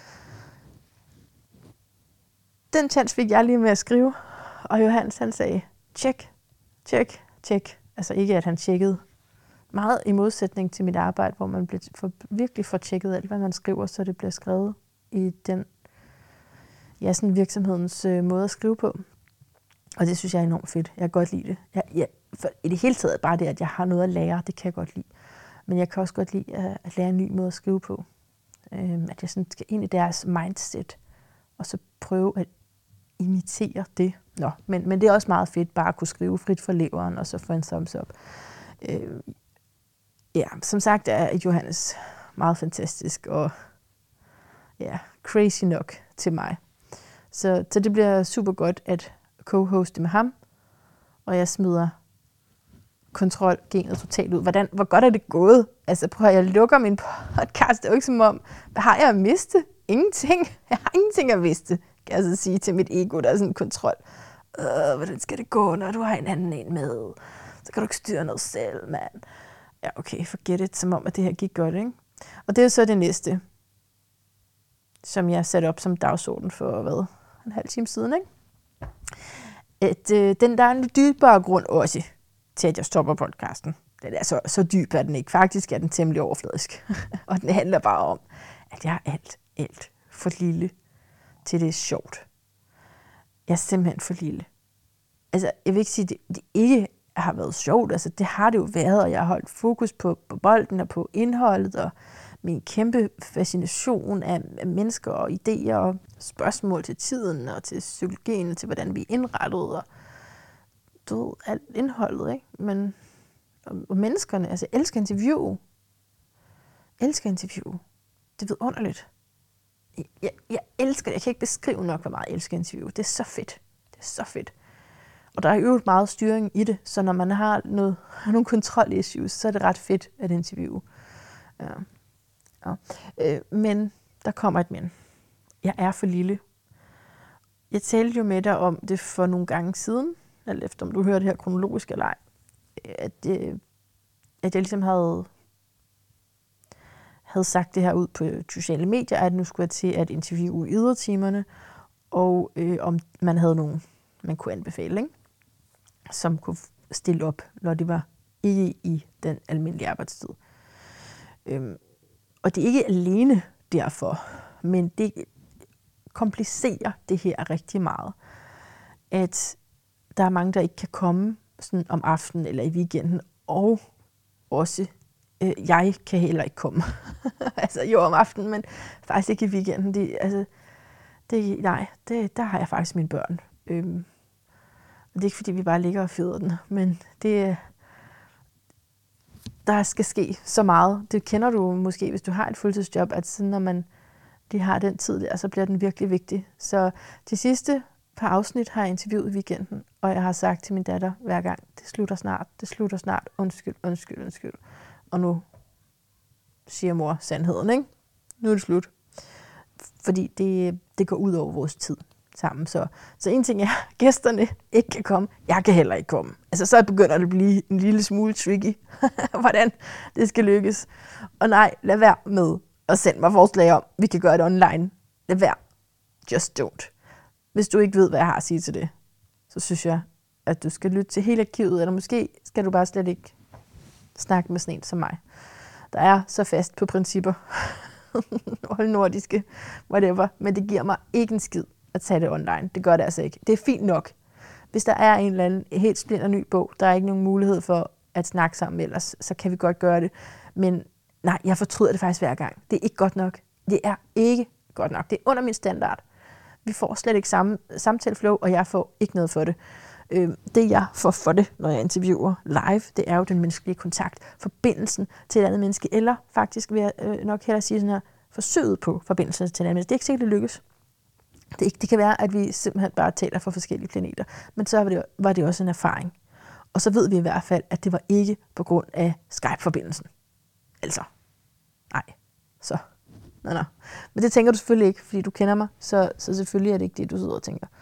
Den chance fik jeg lige med at skrive, og Johannes han sagde, tjek, tjek, tjek. Altså ikke, at han tjekkede meget i modsætning til mit arbejde, hvor man bliver for, virkelig får tjekket alt, hvad man skriver, så det bliver skrevet i den ja, sådan virksomhedens øh, måde at skrive på. Og det synes jeg er enormt fedt. Jeg kan godt lide det. Jeg, jeg, for i det hele taget bare det, at jeg har noget at lære, det kan jeg godt lide. Men jeg kan også godt lide at, at lære en ny måde at skrive på. Øhm, at jeg sådan skal ind i deres mindset, og så prøve at imitere det. Nå, men, men det er også meget fedt bare at kunne skrive frit fra leveren, og så få en thumbs up. Øhm, ja, som sagt er Johannes meget fantastisk, og ja, crazy nok til mig. Så, så det bliver super godt at co-hoste med ham, og jeg smider kontrolgenet totalt ud. Hvordan, hvor godt er det gået? Altså prøv at jeg lukker min podcast. Det er jo ikke som om, hvad har jeg at miste? Ingenting. Jeg har ingenting at miste, kan jeg så sige til mit ego, der er sådan en kontrol. Øh, hvordan skal det gå, når du har en anden en med? Så kan du ikke styre noget selv, mand. Ja, okay, forget it, som om, at det her gik godt, ikke? Og det er så det næste, som jeg satte op som dagsorden for, hvad, en halv time siden, ikke? At, øh, den, der er en dybere grund også til, at jeg stopper podcasten. Den er så, så dyb, at den ikke. Faktisk er den temmelig overfladisk. Og den handler bare om, at jeg er alt, alt for lille til det er sjovt. Jeg er simpelthen for lille. Altså, jeg vil ikke sige, at det, det ikke har været sjovt. Altså, det har det jo været, og jeg har holdt fokus på, på bolden og på indholdet, og min kæmpe fascination af, af mennesker og idéer og spørgsmål til tiden og til psykologien og til, hvordan vi er indrettet og du ved, alt indholdet, ikke? Men og, og menneskerne, altså, jeg elsker interview. Jeg elsker interview. Det er vidunderligt. Jeg, jeg, jeg elsker det. Jeg kan ikke beskrive nok, hvor meget jeg elsker interview. Det er så fedt. Det er så fedt. Og der er jo meget styring i det, så når man har noget, nogle kontrol-issues, så er det ret fedt at interviewe. Ja. Ja. Øh, men der kommer et men. Jeg er for lille. Jeg talte jo med dig om det for nogle gange siden, alt efter om du hører det her kronologisk eller ej, at, øh, at jeg ligesom havde, havde sagt det her ud på sociale medier, at nu skulle jeg til at interviewe i ydertimerne, og øh, om man havde nogen, man kunne anbefale, ikke? Som kunne stille op, når det var ikke i den almindelige arbejdstid. Øhm, og det er ikke alene derfor, men det komplicerer det her rigtig meget. At der er mange, der ikke kan komme sådan om aftenen eller i weekenden, og også øh, jeg kan heller ikke komme. altså jo om aftenen, men faktisk ikke i weekenden. Det, altså, det, nej, det, der har jeg faktisk mine børn. Øhm, og det er ikke, fordi vi bare ligger og føder den, men det, der skal ske så meget. Det kender du måske, hvis du har et fuldtidsjob, at sådan, når man de har den tid der, så bliver den virkelig vigtig. Så de sidste par afsnit har jeg interviewet i weekenden, og jeg har sagt til min datter hver gang, det slutter snart, det slutter snart, undskyld, undskyld, undskyld. Og nu siger mor sandheden, ikke? Nu er det slut. Fordi det, det går ud over vores tid sammen. Så, så en ting er, at gæsterne ikke kan komme, jeg kan heller ikke komme. Altså så begynder det at blive en lille smule tricky, hvordan det skal lykkes. Og nej, lad være med at sende mig forslag om, vi kan gøre det online. Lad være. Just don't. Hvis du ikke ved, hvad jeg har at sige til det, så synes jeg, at du skal lytte til hele arkivet, eller måske skal du bare slet ikke snakke med sådan en som mig. Der er så fast på principper. Hold nordiske, whatever. Men det giver mig ikke en skid at tage det online. Det gør det altså ikke. Det er fint nok. Hvis der er en eller anden helt splinter ny bog, der er ikke nogen mulighed for at snakke sammen ellers, så kan vi godt gøre det. Men nej, jeg fortryder det faktisk hver gang. Det er ikke godt nok. Det er ikke godt nok. Det er under min standard. Vi får slet ikke samme samtaleflow, og jeg får ikke noget for det. Øh, det jeg får for det, når jeg interviewer live, det er jo den menneskelige kontakt, forbindelsen til et andet menneske, eller faktisk vil jeg øh, nok hellere sige sådan her, forsøget på forbindelsen til et andet menneske. Det er ikke sikkert, det lykkes. Det, ikke, det kan være, at vi simpelthen bare taler fra forskellige planeter, men så var det, var det også en erfaring. Og så ved vi i hvert fald, at det var ikke på grund af Skype-forbindelsen. Altså, nej, så, nej, nej. Men det tænker du selvfølgelig ikke, fordi du kender mig, så, så selvfølgelig er det ikke det, du sidder og tænker.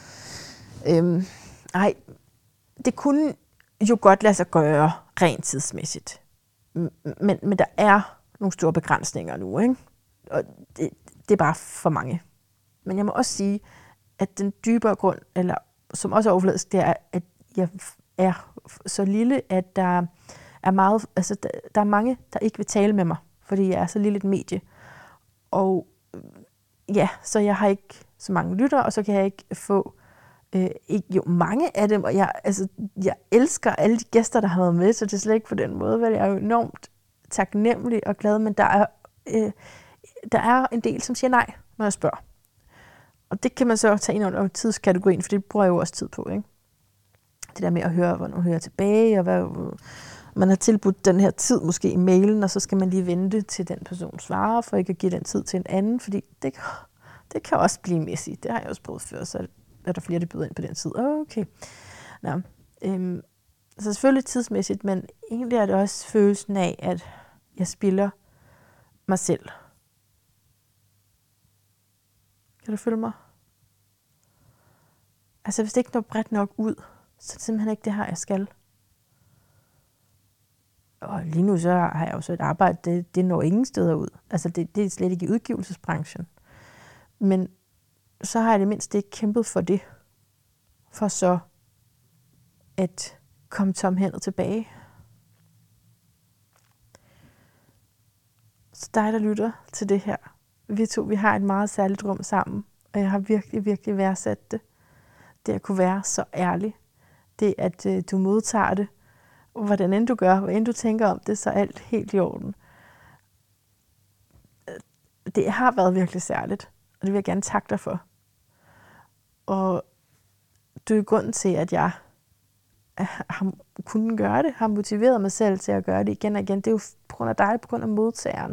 Øhm, nej, det kunne jo godt lade sig gøre rent tidsmæssigt. Men, men der er nogle store begrænsninger nu, ikke? Og det, det er bare for mange. Men jeg må også sige, at den dybere grund, eller som også er overfladisk, det er, at jeg er så lille, at der er meget, altså der, der er mange, der ikke vil tale med mig, fordi jeg er så lille et medie. Og ja, så jeg har ikke så mange lyttere, og så kan jeg ikke få øh, ikke, jo mange af dem, og jeg, altså, jeg elsker alle de gæster, der har været med, så det er slet ikke på den måde, vel? Jeg er jo enormt taknemmelig og glad, men der er, øh, der er en del, som siger nej, når jeg spørger. Og det kan man så tage ind under tidskategorien, for det bruger jeg jo også tid på, ikke? Det der med at høre, hvornår hører jeg tilbage, og hvad, man har tilbudt den her tid måske i mailen, og så skal man lige vente til den person svarer, for ikke at give den tid til en anden, fordi det, det kan også blive mæssigt. Det har jeg også prøvet før, så er der flere, der byder ind på den tid. Okay. Nå, øhm, så selvfølgelig tidsmæssigt, men egentlig er det også følelsen af, at jeg spilder mig selv. Kan du følge mig? Altså, hvis det ikke når bredt nok ud, så er det simpelthen ikke det her, jeg skal. Og lige nu så har jeg jo så et arbejde, det, det når ingen steder ud. Altså, det, det er slet ikke i udgivelsesbranchen. Men så har jeg det mindst ikke kæmpet for det. For så at komme tomhændet tilbage. Så dig, der lytter til det her. Vi to, vi har et meget særligt rum sammen, og jeg har virkelig, virkelig værdsat det. Det at kunne være så ærlig. Det, at øh, du modtager det. Hvordan end du gør, hvad end du tænker om det, så er alt helt i orden. Det har været virkelig særligt, og det vil jeg gerne takke dig for. Og du er grunden til, at jeg har kunnet gøre det, har motiveret mig selv til at gøre det igen og igen. Det er jo på grund af dig, på grund af modtageren.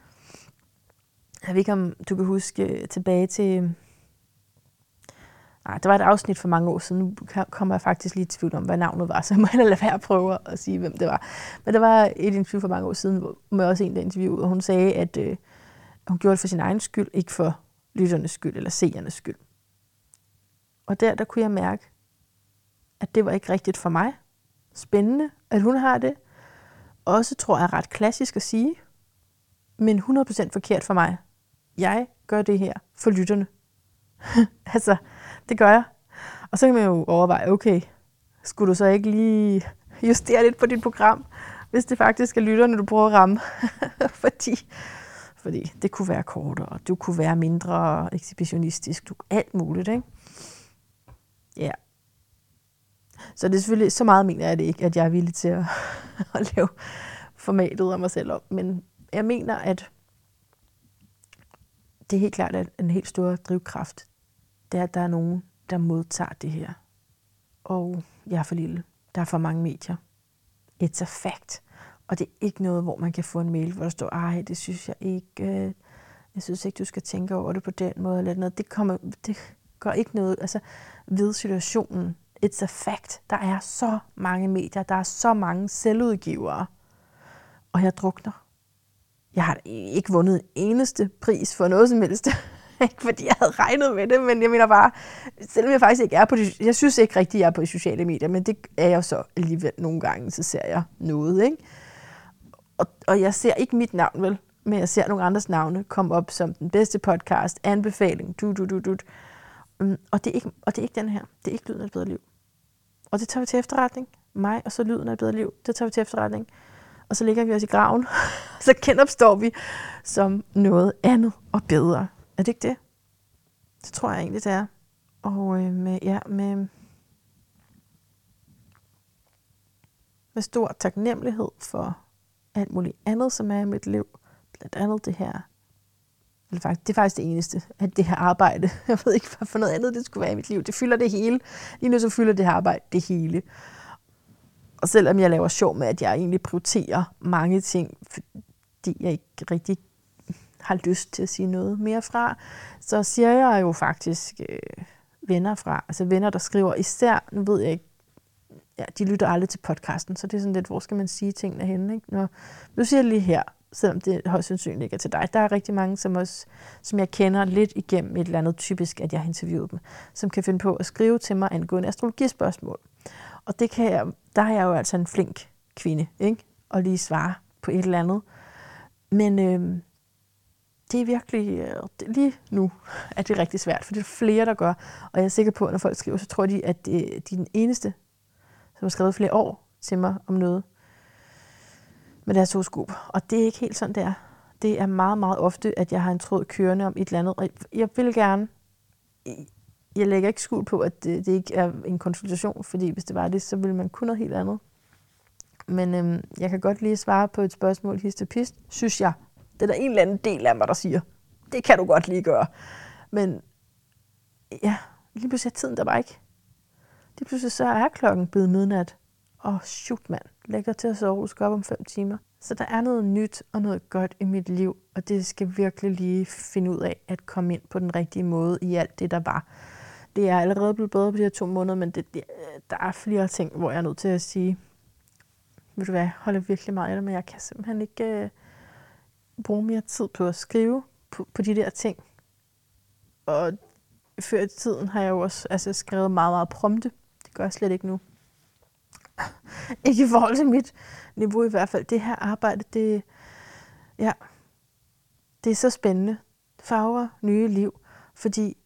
Jeg ved ikke, om du kan huske tilbage til... Nej, der var et afsnit for mange år siden. Nu kommer jeg faktisk lige i tvivl om, hvad navnet var, så jeg må hellere lade være at prøve at sige, hvem det var. Men der var et interview for mange år siden, hvor med også en, der interviewede, og hun sagde, at øh, hun gjorde det for sin egen skyld, ikke for lytternes skyld eller seernes skyld. Og der, der kunne jeg mærke, at det var ikke rigtigt for mig. Spændende, at hun har det. Også tror jeg ret klassisk at sige, men hundrede procent forkert for mig. Jeg gør det her for lytterne. altså, det gør jeg. Og så kan man jo overveje, okay, skulle du så ikke lige justere lidt på dit program, hvis det faktisk er lytterne, du prøver at ramme? fordi, fordi det kunne være kortere, du kunne være mindre ekshibitionistisk, du, alt muligt, ikke? Ja. Så det er selvfølgelig, så meget mener jeg det ikke, at jeg er villig til at, at lave formatet af mig selv om. Men jeg mener, at det er helt klart at en helt stor drivkraft. Det er, at der er nogen, der modtager det her. Og jeg er for lille. Der er for mange medier. It's a fact. Og det er ikke noget, hvor man kan få en mail, hvor der står, ej, det synes jeg ikke, jeg synes ikke, du skal tænke over det på den måde, eller noget. Det, kommer, det gør ikke noget altså, ved situationen. It's a fact. Der er så mange medier, der er så mange selvudgivere. Og jeg drukner. Jeg har ikke vundet en eneste pris for noget som helst. Ikke fordi jeg havde regnet med det, men jeg mener bare, selvom jeg faktisk ikke er på det, jeg synes ikke rigtigt, jeg er på de sociale medier, men det er jeg så alligevel nogle gange, så ser jeg noget, ikke? Og, og jeg ser ikke mit navn, vel, men jeg ser nogle andres navne komme op som den bedste podcast, anbefaling, du, du, du, du. Og det er ikke, og det er ikke den her. Det er ikke Lyden af et bedre liv. Og det tager vi til efterretning. Mig og så Lyden af et bedre liv. Det tager vi til efterretning. Og så ligger vi os i graven. Så genopstår vi som noget andet og bedre. Er det ikke det? Det tror jeg egentlig, det er. Og øh, med, ja, med, med stor taknemmelighed for alt muligt andet, som er i mit liv. Blandt andet det her. Eller faktisk, det er faktisk det eneste, at det her arbejde. Jeg ved ikke, hvad for noget andet det skulle være i mit liv. Det fylder det hele. Lige nu så fylder det her arbejde det hele. Og selvom jeg laver sjov med, at jeg egentlig prioriterer mange ting, fordi jeg ikke rigtig har lyst til at sige noget mere fra, så siger jeg jo faktisk øh, venner fra. Altså venner, der skriver især, nu ved jeg ikke, ja, de lytter aldrig til podcasten, så det er sådan lidt, hvor skal man sige tingene henne, ikke? Nå, nu siger jeg lige her, selvom det højst sandsynligt ikke er til dig. Der er rigtig mange, som, også, som jeg kender lidt igennem et eller andet typisk, at jeg har interviewet dem, som kan finde på at skrive til mig angående astrologispørgsmål. Og det kan jeg, der er jeg jo altså en flink kvinde, ikke? Og lige svare på et eller andet. Men øh, det er virkelig, øh, det, lige nu er det rigtig svært, for det er flere, der gør. Og jeg er sikker på, at når folk skriver, så tror de, at det, de er den eneste, som har skrevet flere år til mig om noget med deres horoskop. Og det er ikke helt sådan, det er. Det er meget, meget ofte, at jeg har en tråd kørende om et eller andet. Og jeg vil gerne... Jeg lægger ikke skjul på, at det, det ikke er en konsultation, fordi hvis det var det, så ville man kunne noget helt andet. Men øhm, jeg kan godt lige svare på et spørgsmål, hist og pist, synes jeg. Det er der en eller anden del af mig, der siger, det kan du godt lige gøre. Men ja, lige pludselig er tiden der bare ikke. Lige pludselig så er klokken blevet midnat. Åh, oh, shoot mand, lægger til at sove, du skal op om fem timer. Så der er noget nyt og noget godt i mit liv, og det skal virkelig lige finde ud af at komme ind på den rigtige måde i alt det, der var. Det er allerede blevet bedre på de her to måneder, men det, det, der er flere ting, hvor jeg er nødt til at sige, ved du hvad, jeg holder virkelig meget af det, men jeg kan simpelthen ikke øh, bruge mere tid på at skrive på, på de der ting. Og før i tiden har jeg jo også altså, skrevet meget, meget prompte. Det gør jeg slet ikke nu. Ikke i forhold til mit niveau i hvert fald. Det her arbejde, det, ja, det er så spændende. Farver nye liv, fordi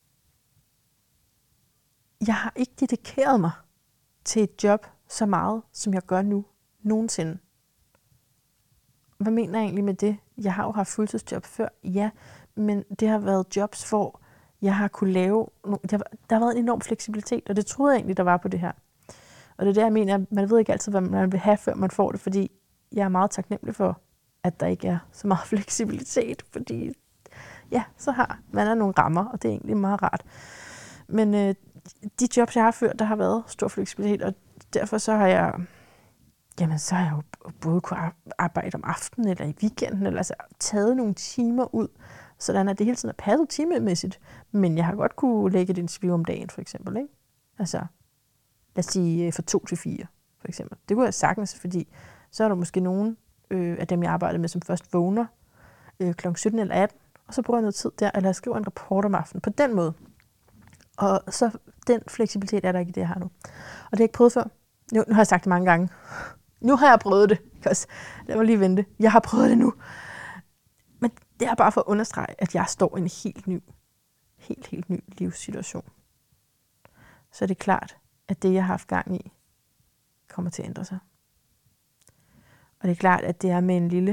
jeg har ikke dedikeret mig til et job så meget, som jeg gør nu, nogensinde. Hvad mener jeg egentlig med det? jeg har jo haft fuldtidsjob før, ja, men det har været jobs, hvor jeg har kunne lave, der har været en enorm fleksibilitet, og det troede jeg egentlig, der var på det her. Og det er det, jeg mener, man ved ikke altid, hvad man vil have, før man får det, fordi jeg er meget taknemmelig for, at der ikke er så meget fleksibilitet, fordi ja, så har man er nogle rammer, og det er egentlig meget rart. Men øh, de jobs, jeg har før, der har været stor fleksibilitet, og derfor så har jeg, jamen så har jeg jo både kunne arbejde om aftenen eller i weekenden, eller altså taget nogle timer ud, sådan at det hele tiden er passet timemæssigt. Men jeg har godt kunne lægge et interview om dagen, for eksempel, ikke? Altså, lad os sige fra to til fire, for eksempel. Det kunne jeg sagtens, fordi så er der måske nogen øh, af dem, jeg arbejder med, som først vågner øh, klokken sytten eller atten, og så bruger jeg noget tid der, eller jeg skriver en rapport om aftenen på den måde. Og så den fleksibilitet er der ikke i det her nu. Og det har jeg ikke prøvet før. Nu, nu har jeg sagt det mange gange. Nu har jeg prøvet det. Lad mig lige vente. Jeg har prøvet det nu. Men det er bare for at understrege, at jeg står i en helt ny, helt, helt ny livssituation. Så er det klart, at det, jeg har haft gang i, kommer til at ændre sig. Og det er klart, at det er med en lille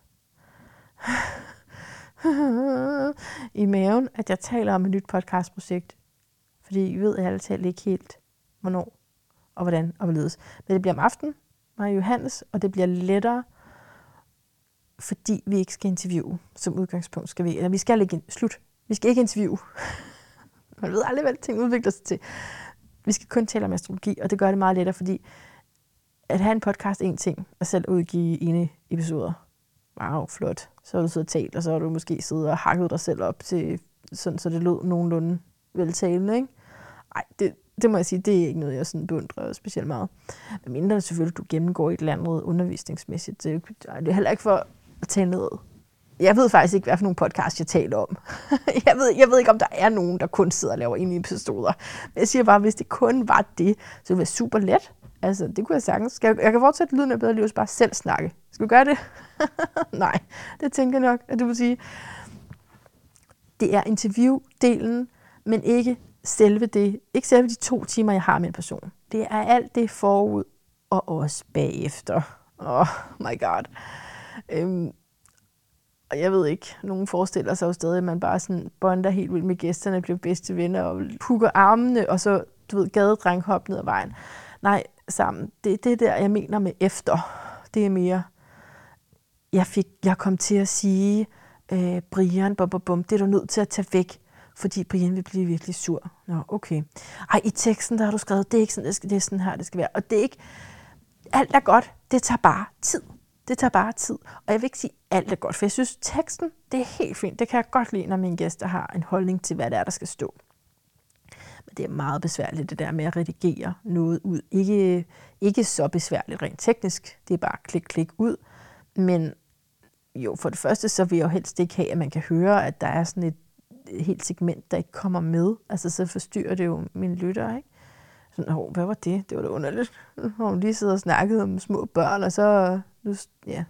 i maven, at jeg taler om et nyt podcastprojekt. Fordi I ved ærligt talt ikke helt, hvornår og hvordan og hvorledes. Men det bliver om aftenen, mig og Johannes, og det bliver lettere, fordi vi ikke skal interviewe. Som udgangspunkt skal vi, eller vi skal ikke, slut, vi skal ikke interviewe. Man ved aldrig, hvad ting udvikler sig til. Vi skal kun tale om astrologi, og det gør det meget lettere, fordi at have en podcast er en ting, og selv udgive ene episoder. Wow, flot. Så har du siddet og talt, og så har du måske siddet og hakket dig selv op til, sådan, så det lød nogenlunde veltalende, ikke? Ej, det, det må jeg sige, det er ikke noget, jeg sådan beundrer specielt meget. Men mindre det selvfølgelig, du gennemgår et eller andet undervisningsmæssigt. Det er jo heller ikke for at tale ned. Jeg ved faktisk ikke, hvad for nogle podcasts jeg taler om. jeg, ved, jeg ved ikke, om der er nogen, der kun sidder og laver en episoder. Men jeg siger bare, hvis det kun var det, så ville det være super let. Altså, det kunne jeg sagtens. Skal jeg, jeg kan fortsætte lyden af bedre liv, bare selv snakke. Skal du gøre det? Nej, det tænker jeg nok, at du vil sige. Det er interviewdelen, men ikke selve det, ikke selve de to timer, jeg har med en person. Det er alt det forud og også bagefter. Oh my god. Øhm, og jeg ved ikke, nogen forestiller sig jo stadig, at man bare sådan bonder helt vildt med gæsterne, bliver bedste venner og pukker armene, og så, du ved, gadedreng hop ned ad vejen. Nej, sammen. Det er det der, jeg mener med efter. Det er mere, jeg, fik, jeg kom til at sige, øh, Brian, bum, bum, bum, det er du nødt til at tage væk, fordi Brian vil blive virkelig sur. Nå, okay. Ej, i teksten, der har du skrevet, det er ikke sådan, det, skal, det er sådan her, det skal være. Og det er ikke, alt er godt, det tager bare tid. Det tager bare tid. Og jeg vil ikke sige, alt er godt, for jeg synes, teksten, det er helt fint. Det kan jeg godt lide, når mine gæster har en holdning til, hvad det er, der skal stå. Men det er meget besværligt, det der med at redigere noget ud. Ikke, ikke så besværligt rent teknisk. Det er bare klik, klik ud. Men jo, for det første, så vil jeg jo helst ikke have, at man kan høre, at der er sådan et, et helt segment, der ikke kommer med. Altså, så forstyrrer det jo mine lyttere, ikke? Sådan, åh, hvad var det? Det var da underligt. Hvor hun lige sidder og snakkede om små børn, og så, nu, ja,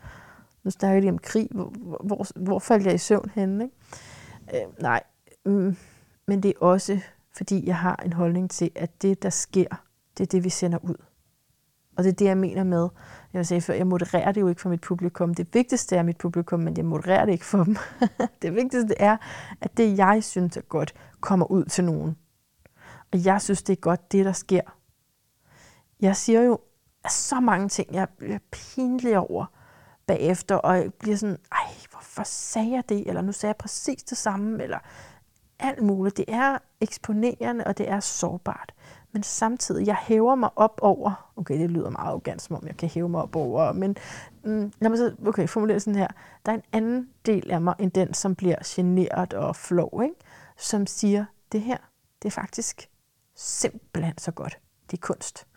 nu snakker de om krig. Hvor, hvor, hvor faldt jeg i søvn henne, ikke? Øh, nej, mm, men det er også, fordi jeg har en holdning til, at det, der sker, det er det, vi sender ud. Og det er det, jeg mener med, jeg vil sige før, jeg modererer det jo ikke for mit publikum. Det vigtigste er mit publikum, men jeg modererer det ikke for dem. Det vigtigste er, at det, jeg synes er godt, kommer ud til nogen. Og jeg synes, det er godt, det der sker. Jeg siger jo så mange ting, jeg bliver pinlig over bagefter, og jeg bliver sådan, ej, hvorfor sagde jeg det? Eller nu sagde jeg præcis det samme, eller alt muligt. Det er eksponerende, og det er sårbart. Men samtidig, jeg hæver mig op over, okay, det lyder meget arrogant, som om jeg kan hæve mig op over, men mm, lad mig så, okay, formulere sådan her. Der er en anden del af mig, end den, som bliver generet og flov, ikke? Som siger, det her, det er faktisk simpelthen så godt. Det er kunst.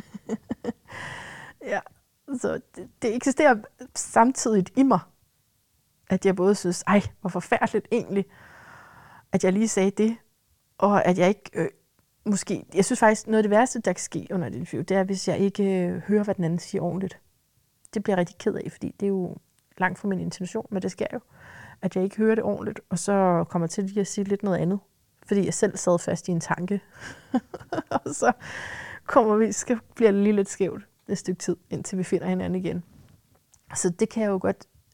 Ja, så det, det eksisterer samtidig i mig, at jeg både synes, ej, hvor forfærdeligt egentlig, at jeg lige sagde det, og at jeg ikke, øh, måske, jeg synes faktisk, noget af det værste, der kan ske under et interview, det er, hvis jeg ikke øh, hører, hvad den anden siger ordentligt. Det bliver jeg rigtig ked af, fordi det er jo langt fra min intention, men det sker jo, at jeg ikke hører det ordentligt, og så kommer jeg til lige at sige lidt noget andet, fordi jeg selv sad fast i en tanke, og så kommer vi, skal, bliver det lige lidt skævt et stykke tid, indtil vi finder hinanden igen. Så det kan jeg jo godt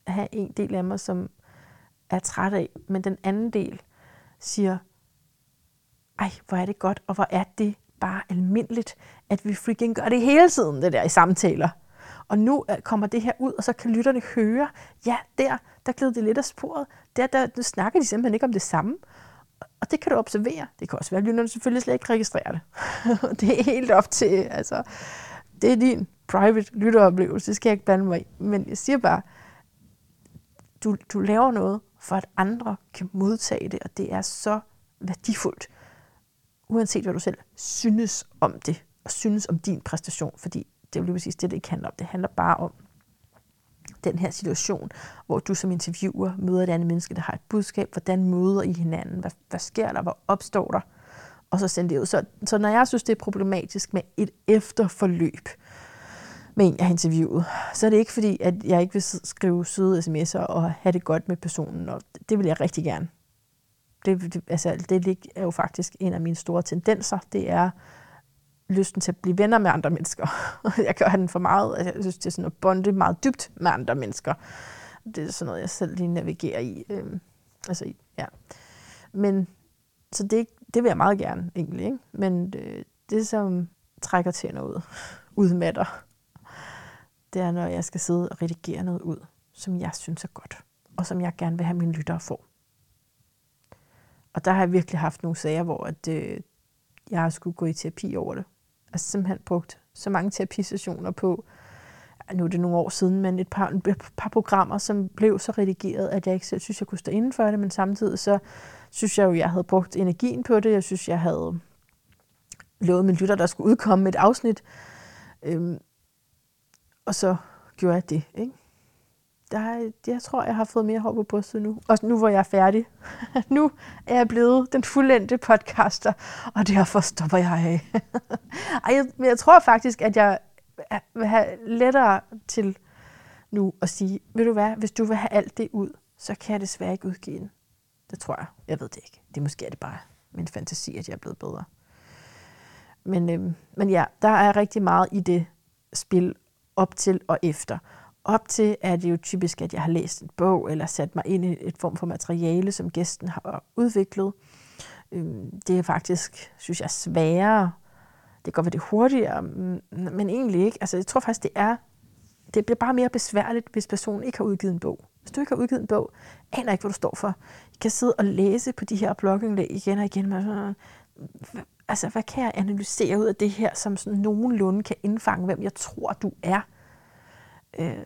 have en del af mig, som er træt af, men den anden del siger, ej, hvor er det godt, og hvor er det bare almindeligt, at vi freaking gør det hele tiden, det der i samtaler. Og nu kommer det her ud, og så kan lytterne høre, ja, der, der glider det lidt af sporet. Der, der, der snakker de simpelthen ikke om det samme. Og det kan du observere. Det kan også være, at lytterne selvfølgelig slet ikke registrerer det. Det er helt op til, altså, det er din private lytteoplevelse, det skal jeg ikke blande mig i. Men jeg siger bare, du, du laver noget, for at andre kan modtage det, og det er så værdifuldt. Uanset hvad du selv synes om det, og synes om din præstation, fordi det er jo lige præcis det, det ikke handler om. Det handler bare om den her situation, hvor du som interviewer møder et andet menneske, der har et budskab. Hvordan møder I hinanden? Hvad, hvad sker der? Hvor opstår der? Og så sender det ud. Så, så når jeg synes, det er problematisk med et efterforløb med en, jeg har interviewet, så er det ikke fordi, at jeg ikke vil skrive søde sms'er og have det godt med personen. Og det vil jeg rigtig gerne. Det, det, altså, det er jo faktisk en af mine store tendenser. Det er lysten til at blive venner med andre mennesker. Jeg gør den for meget. Jeg synes, det er sådan at bonde meget dybt med andre mennesker. Det er sådan noget, jeg selv lige navigerer i. Øhm, altså, ja. Men, så det, det vil jeg meget gerne, egentlig. Ikke? Men det, det, som trækker tænder ud, udmatter, det er, når jeg skal sidde og redigere noget ud, som jeg synes er godt, og som jeg gerne vil have mine lyttere få. Og der har jeg virkelig haft nogle sager, hvor at, øh, jeg har skulle gå i terapi over det. Altså simpelthen brugt så mange terapisessioner på, nu er det nogle år siden, men et par, et par programmer, som blev så redigeret, at jeg ikke selv synes, jeg kunne stå inden for det, men samtidig så synes jeg jo, jeg havde brugt energien på det. Jeg synes, jeg havde lovet min lytter, der skulle udkomme et afsnit. Øhm, og så gjorde jeg det, ikke? Der, jeg tror, jeg har fået mere hår på brystet nu. Og nu, hvor jeg er færdig. Nu er jeg blevet den fuldendte podcaster, og derfor stopper jeg af. Ej, jeg, men jeg tror faktisk, at jeg vil have lettere til nu at sige, ved du hvad, hvis du vil have alt det ud, så kan jeg desværre ikke udgive den. Det tror jeg. Jeg ved det ikke. Det måske er det bare min fantasi, at jeg er blevet bedre. Men, øhm, men ja, der er rigtig meget i det spil op til og efter. Op til er det jo typisk, at jeg har læst en bog, eller sat mig ind i et form for materiale, som gæsten har udviklet. Det er faktisk, synes jeg, sværere. Det kan godt være det hurtigere, men egentlig ikke. Altså, jeg tror faktisk, det er, det bliver bare mere besværligt, hvis personen ikke har udgivet en bog. Hvis du ikke har udgivet en bog, aner ikke, hvad du står for. I kan sidde og læse på de her bloggindlæg igen og igen. Altså, hvad kan jeg analysere ud af det her, som sådan nogenlunde kan indfange, hvem jeg tror, du er? Øh,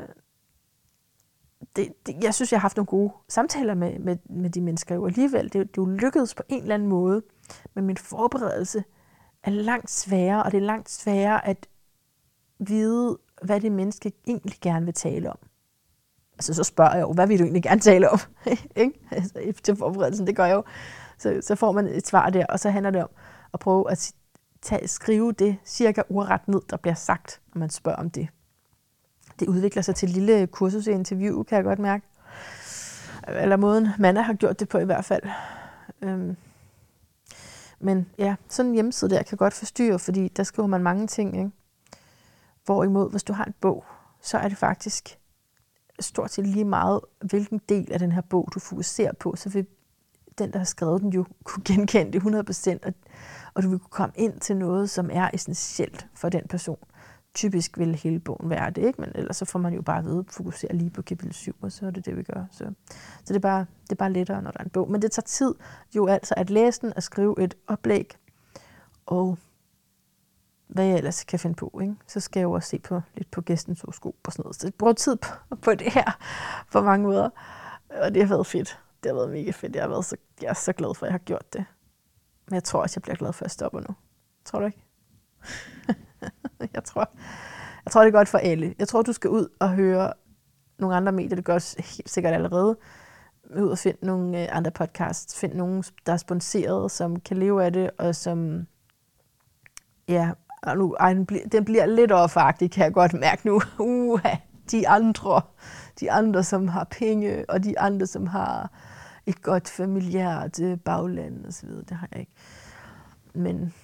det, det, jeg synes, jeg har haft nogle gode samtaler med, med, med de mennesker jo alligevel. Det, det er jo lykkedes på en eller anden måde, men min forberedelse er langt sværere, og det er langt sværere at vide, hvad det menneske egentlig gerne vil tale om. Altså, så spørger jeg jo, hvad vil du egentlig gerne tale om? Ikke? Altså, til forberedelsen, det gør jeg jo. Så, så får man et svar der, og så handler det om at prøve at tage, skrive det cirka ordret ned, der bliver sagt, når man spørger om det. Det udvikler sig til et lille kursus i interview, kan jeg godt mærke. Eller måden, Manna har gjort det på i hvert fald. Øhm. Men ja, sådan en hjemmeside der kan godt forstyrre, fordi der skriver man mange ting, ikke? Hvorimod, hvis du har en bog, så er det faktisk stort set lige meget, hvilken del af den her bog, du fokuserer på, så vil den, der har skrevet den, jo kunne genkende det hundrede procent, og, og du vil kunne komme ind til noget, som er essentielt for den person. Typisk vil hele bogen være det, ikke? Men ellers så får man jo bare at vide at fokusere lige på kapitel syv, og så er det det, vi gør. Så, så det, er bare, det er bare lettere, når der er en bog. Men det tager tid jo altså at læse den, at skrive et oplæg, og hvad jeg ellers kan finde på, ikke? Så skal jeg jo også se på, lidt på gæstens horoskop og sådan noget. Så jeg bruger tid på, på det her på mange måder, og det har været fedt. Det har været mega fedt. Jeg, har været så, jeg er så glad for, at jeg har gjort det. Men jeg tror også, jeg bliver glad for, at jeg stopper nu. Tror du ikke? jeg, tror, jeg tror, det er godt for alle. Jeg tror, du skal ud og høre nogle andre medier. Det gør også helt sikkert allerede. Ud og finde nogle andre podcasts. Find nogle, der er sponsoreret, som kan leve af det, og som... Ja, og nu, ej, den, bliver, den bliver lidt overfagtig, kan jeg godt mærke nu. Uha, de andre, de andre, som har penge, og de andre, som har et godt familiært bagland og så videre, det har jeg ikke. Men,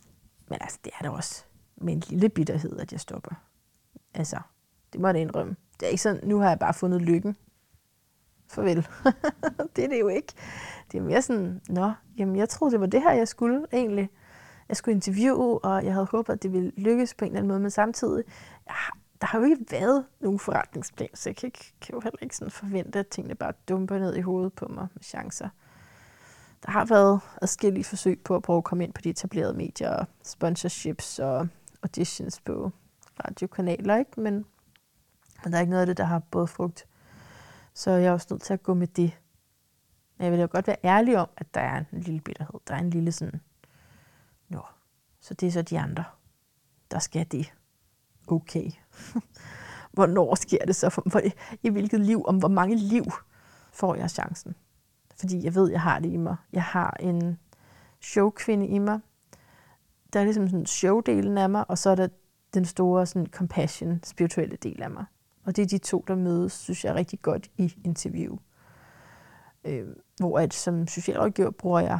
men altså, det er da også med en lille bitterhed, at jeg stopper. Altså, det må jeg indrømme. Det er ikke sådan, nu har jeg bare fundet lykken. Farvel. Det er det jo ikke. Det er mere sådan, nå, jamen jeg troede, det var det her, jeg skulle egentlig. Jeg skulle interviewe, og jeg havde håbet, at det ville lykkes på en eller anden måde, men samtidig, ja, der har jo ikke været nogen forretningsplan, så jeg kan, ikke, kan jo heller ikke sådan forvente, at tingene bare dumper ned i hovedet på mig med chancer. Der har været adskillige forsøg på at prøve at komme ind på de etablerede medier, sponsorships og auditions på radiokanaler, ikke? Men, men der er ikke noget af det, der har båret frugt. Så jeg er også nødt til at gå med det. Men jeg vil jo godt være ærlig om, at der er en lille bitterhed. Der er en lille sådan, nå, så det er så de andre, der skal det. Okay. Hvornår sker det så? For, i hvilket liv? Om hvor mange liv får jeg chancen? Fordi jeg ved, jeg har det i mig. Jeg har en showkvinde i mig. Der er ligesom sådan showdelen af mig, og så er der den store sådan compassion, spirituelle del af mig. Og det er de to, der mødes, synes jeg, rigtig godt i interview. Øh, hvor at som socialrådgiver bruger jeg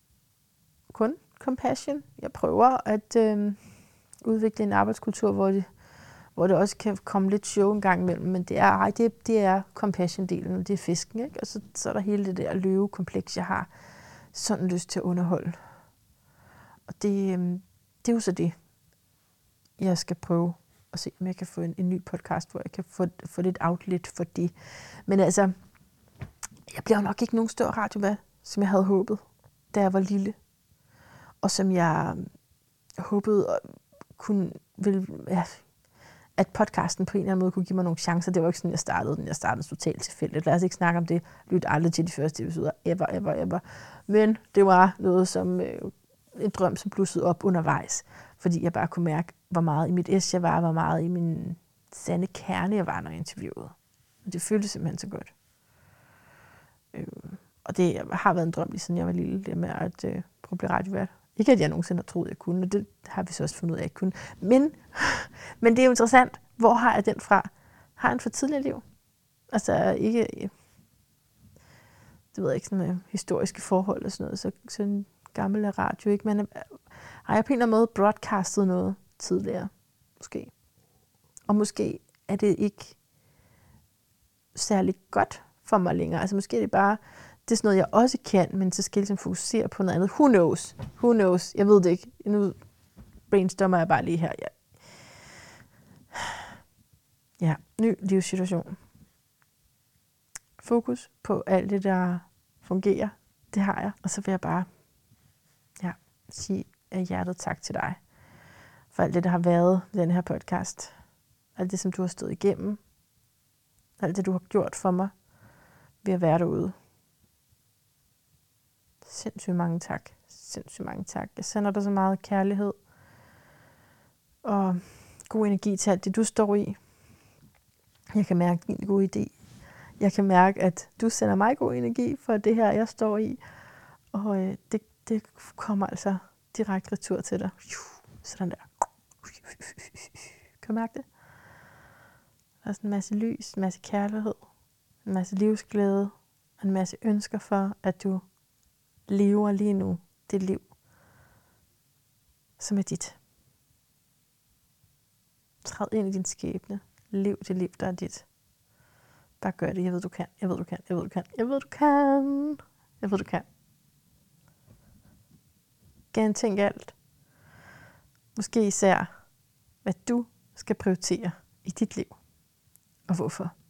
kun compassion. Jeg prøver at øh, udvikle en arbejdskultur, hvor det, hvor det også kan komme lidt show en gang imellem, men det er, ej, det, det er compassion-delen, og det er fisken, ikke? Og så, så er der hele det der løvekompleks, jeg har sådan lyst til at underholde. Og det, øh, det er jo så det, jeg skal prøve at se, om jeg kan få en, en ny podcast, hvor jeg kan få, få lidt outlet for det. Men altså, jeg bliver jo nok ikke nogen stor radiovært, som jeg havde håbet, da jeg var lille. Og som jeg håbede kunne, ville, ja, at podcasten på en eller anden måde kunne give mig nogle chancer. Det var ikke sådan, jeg startede den. Jeg startede totalt tilfældigt. Lad os ikke snakke om det. Lyt aldrig til de første episoder. Ever, ever, ever. Men det var noget som øh, en drøm, som blussede op undervejs. Fordi jeg bare kunne mærke, hvor meget i mit es jeg var, hvor meget i min sande kerne jeg var, når jeg interviewede. Og det føltes simpelthen så godt. Øh, og det har været en drøm, lige siden jeg var lille, det med at øh, prøve at blive radiovært. Ikke at jeg nogensinde har troet, jeg kunne, og det har vi så også fundet ud af, at jeg kunne. Men, men det er jo interessant, hvor har jeg den fra? Har jeg en for tidligere liv? Altså ikke, det ved jeg ikke, sådan med historiske forhold og sådan noget, så sådan en gammel radio, ikke? Men har jeg på en eller anden måde broadcastet noget tidligere? Måske. Og måske er det ikke særlig godt for mig længere. Altså måske er det bare, det er sådan noget, jeg også kan, men så skal jeg ligesom fokusere på noget andet. Who knows? Who knows? Jeg ved det ikke. Nu brainstormer jeg bare lige her. Ja, ja. Ny livssituation. Fokus på alt det, der fungerer. Det har jeg. Og så vil jeg bare ja, sige af hjertet tak til dig. For alt det, der har været i den her podcast. Alt det, som du har stået igennem. Alt det, du har gjort for mig ved at være derude. Sindssygt mange tak. Sindssygt mange tak. Jeg sender dig så meget kærlighed og god energi til alt det, du står i. Jeg kan mærke din gode idé. Jeg kan mærke, at du sender mig god energi for det her, jeg står i. Og øh, det, det kommer altså direkte retur til dig. Sådan der. Kan du mærke det? Der er sådan en masse lys, en masse kærlighed, en masse livsglæde, en masse ønsker for, at du lever lige nu det liv, som er dit. Træd ind i din skæbne. Lev det liv, der er dit. Bare gør det. Jeg ved, du kan. Jeg ved, du kan. Jeg ved, du kan. Jeg ved, du kan. Jeg ved, du kan. Gentænk alt. Måske især, hvad du skal prioritere i dit liv. Og hvorfor.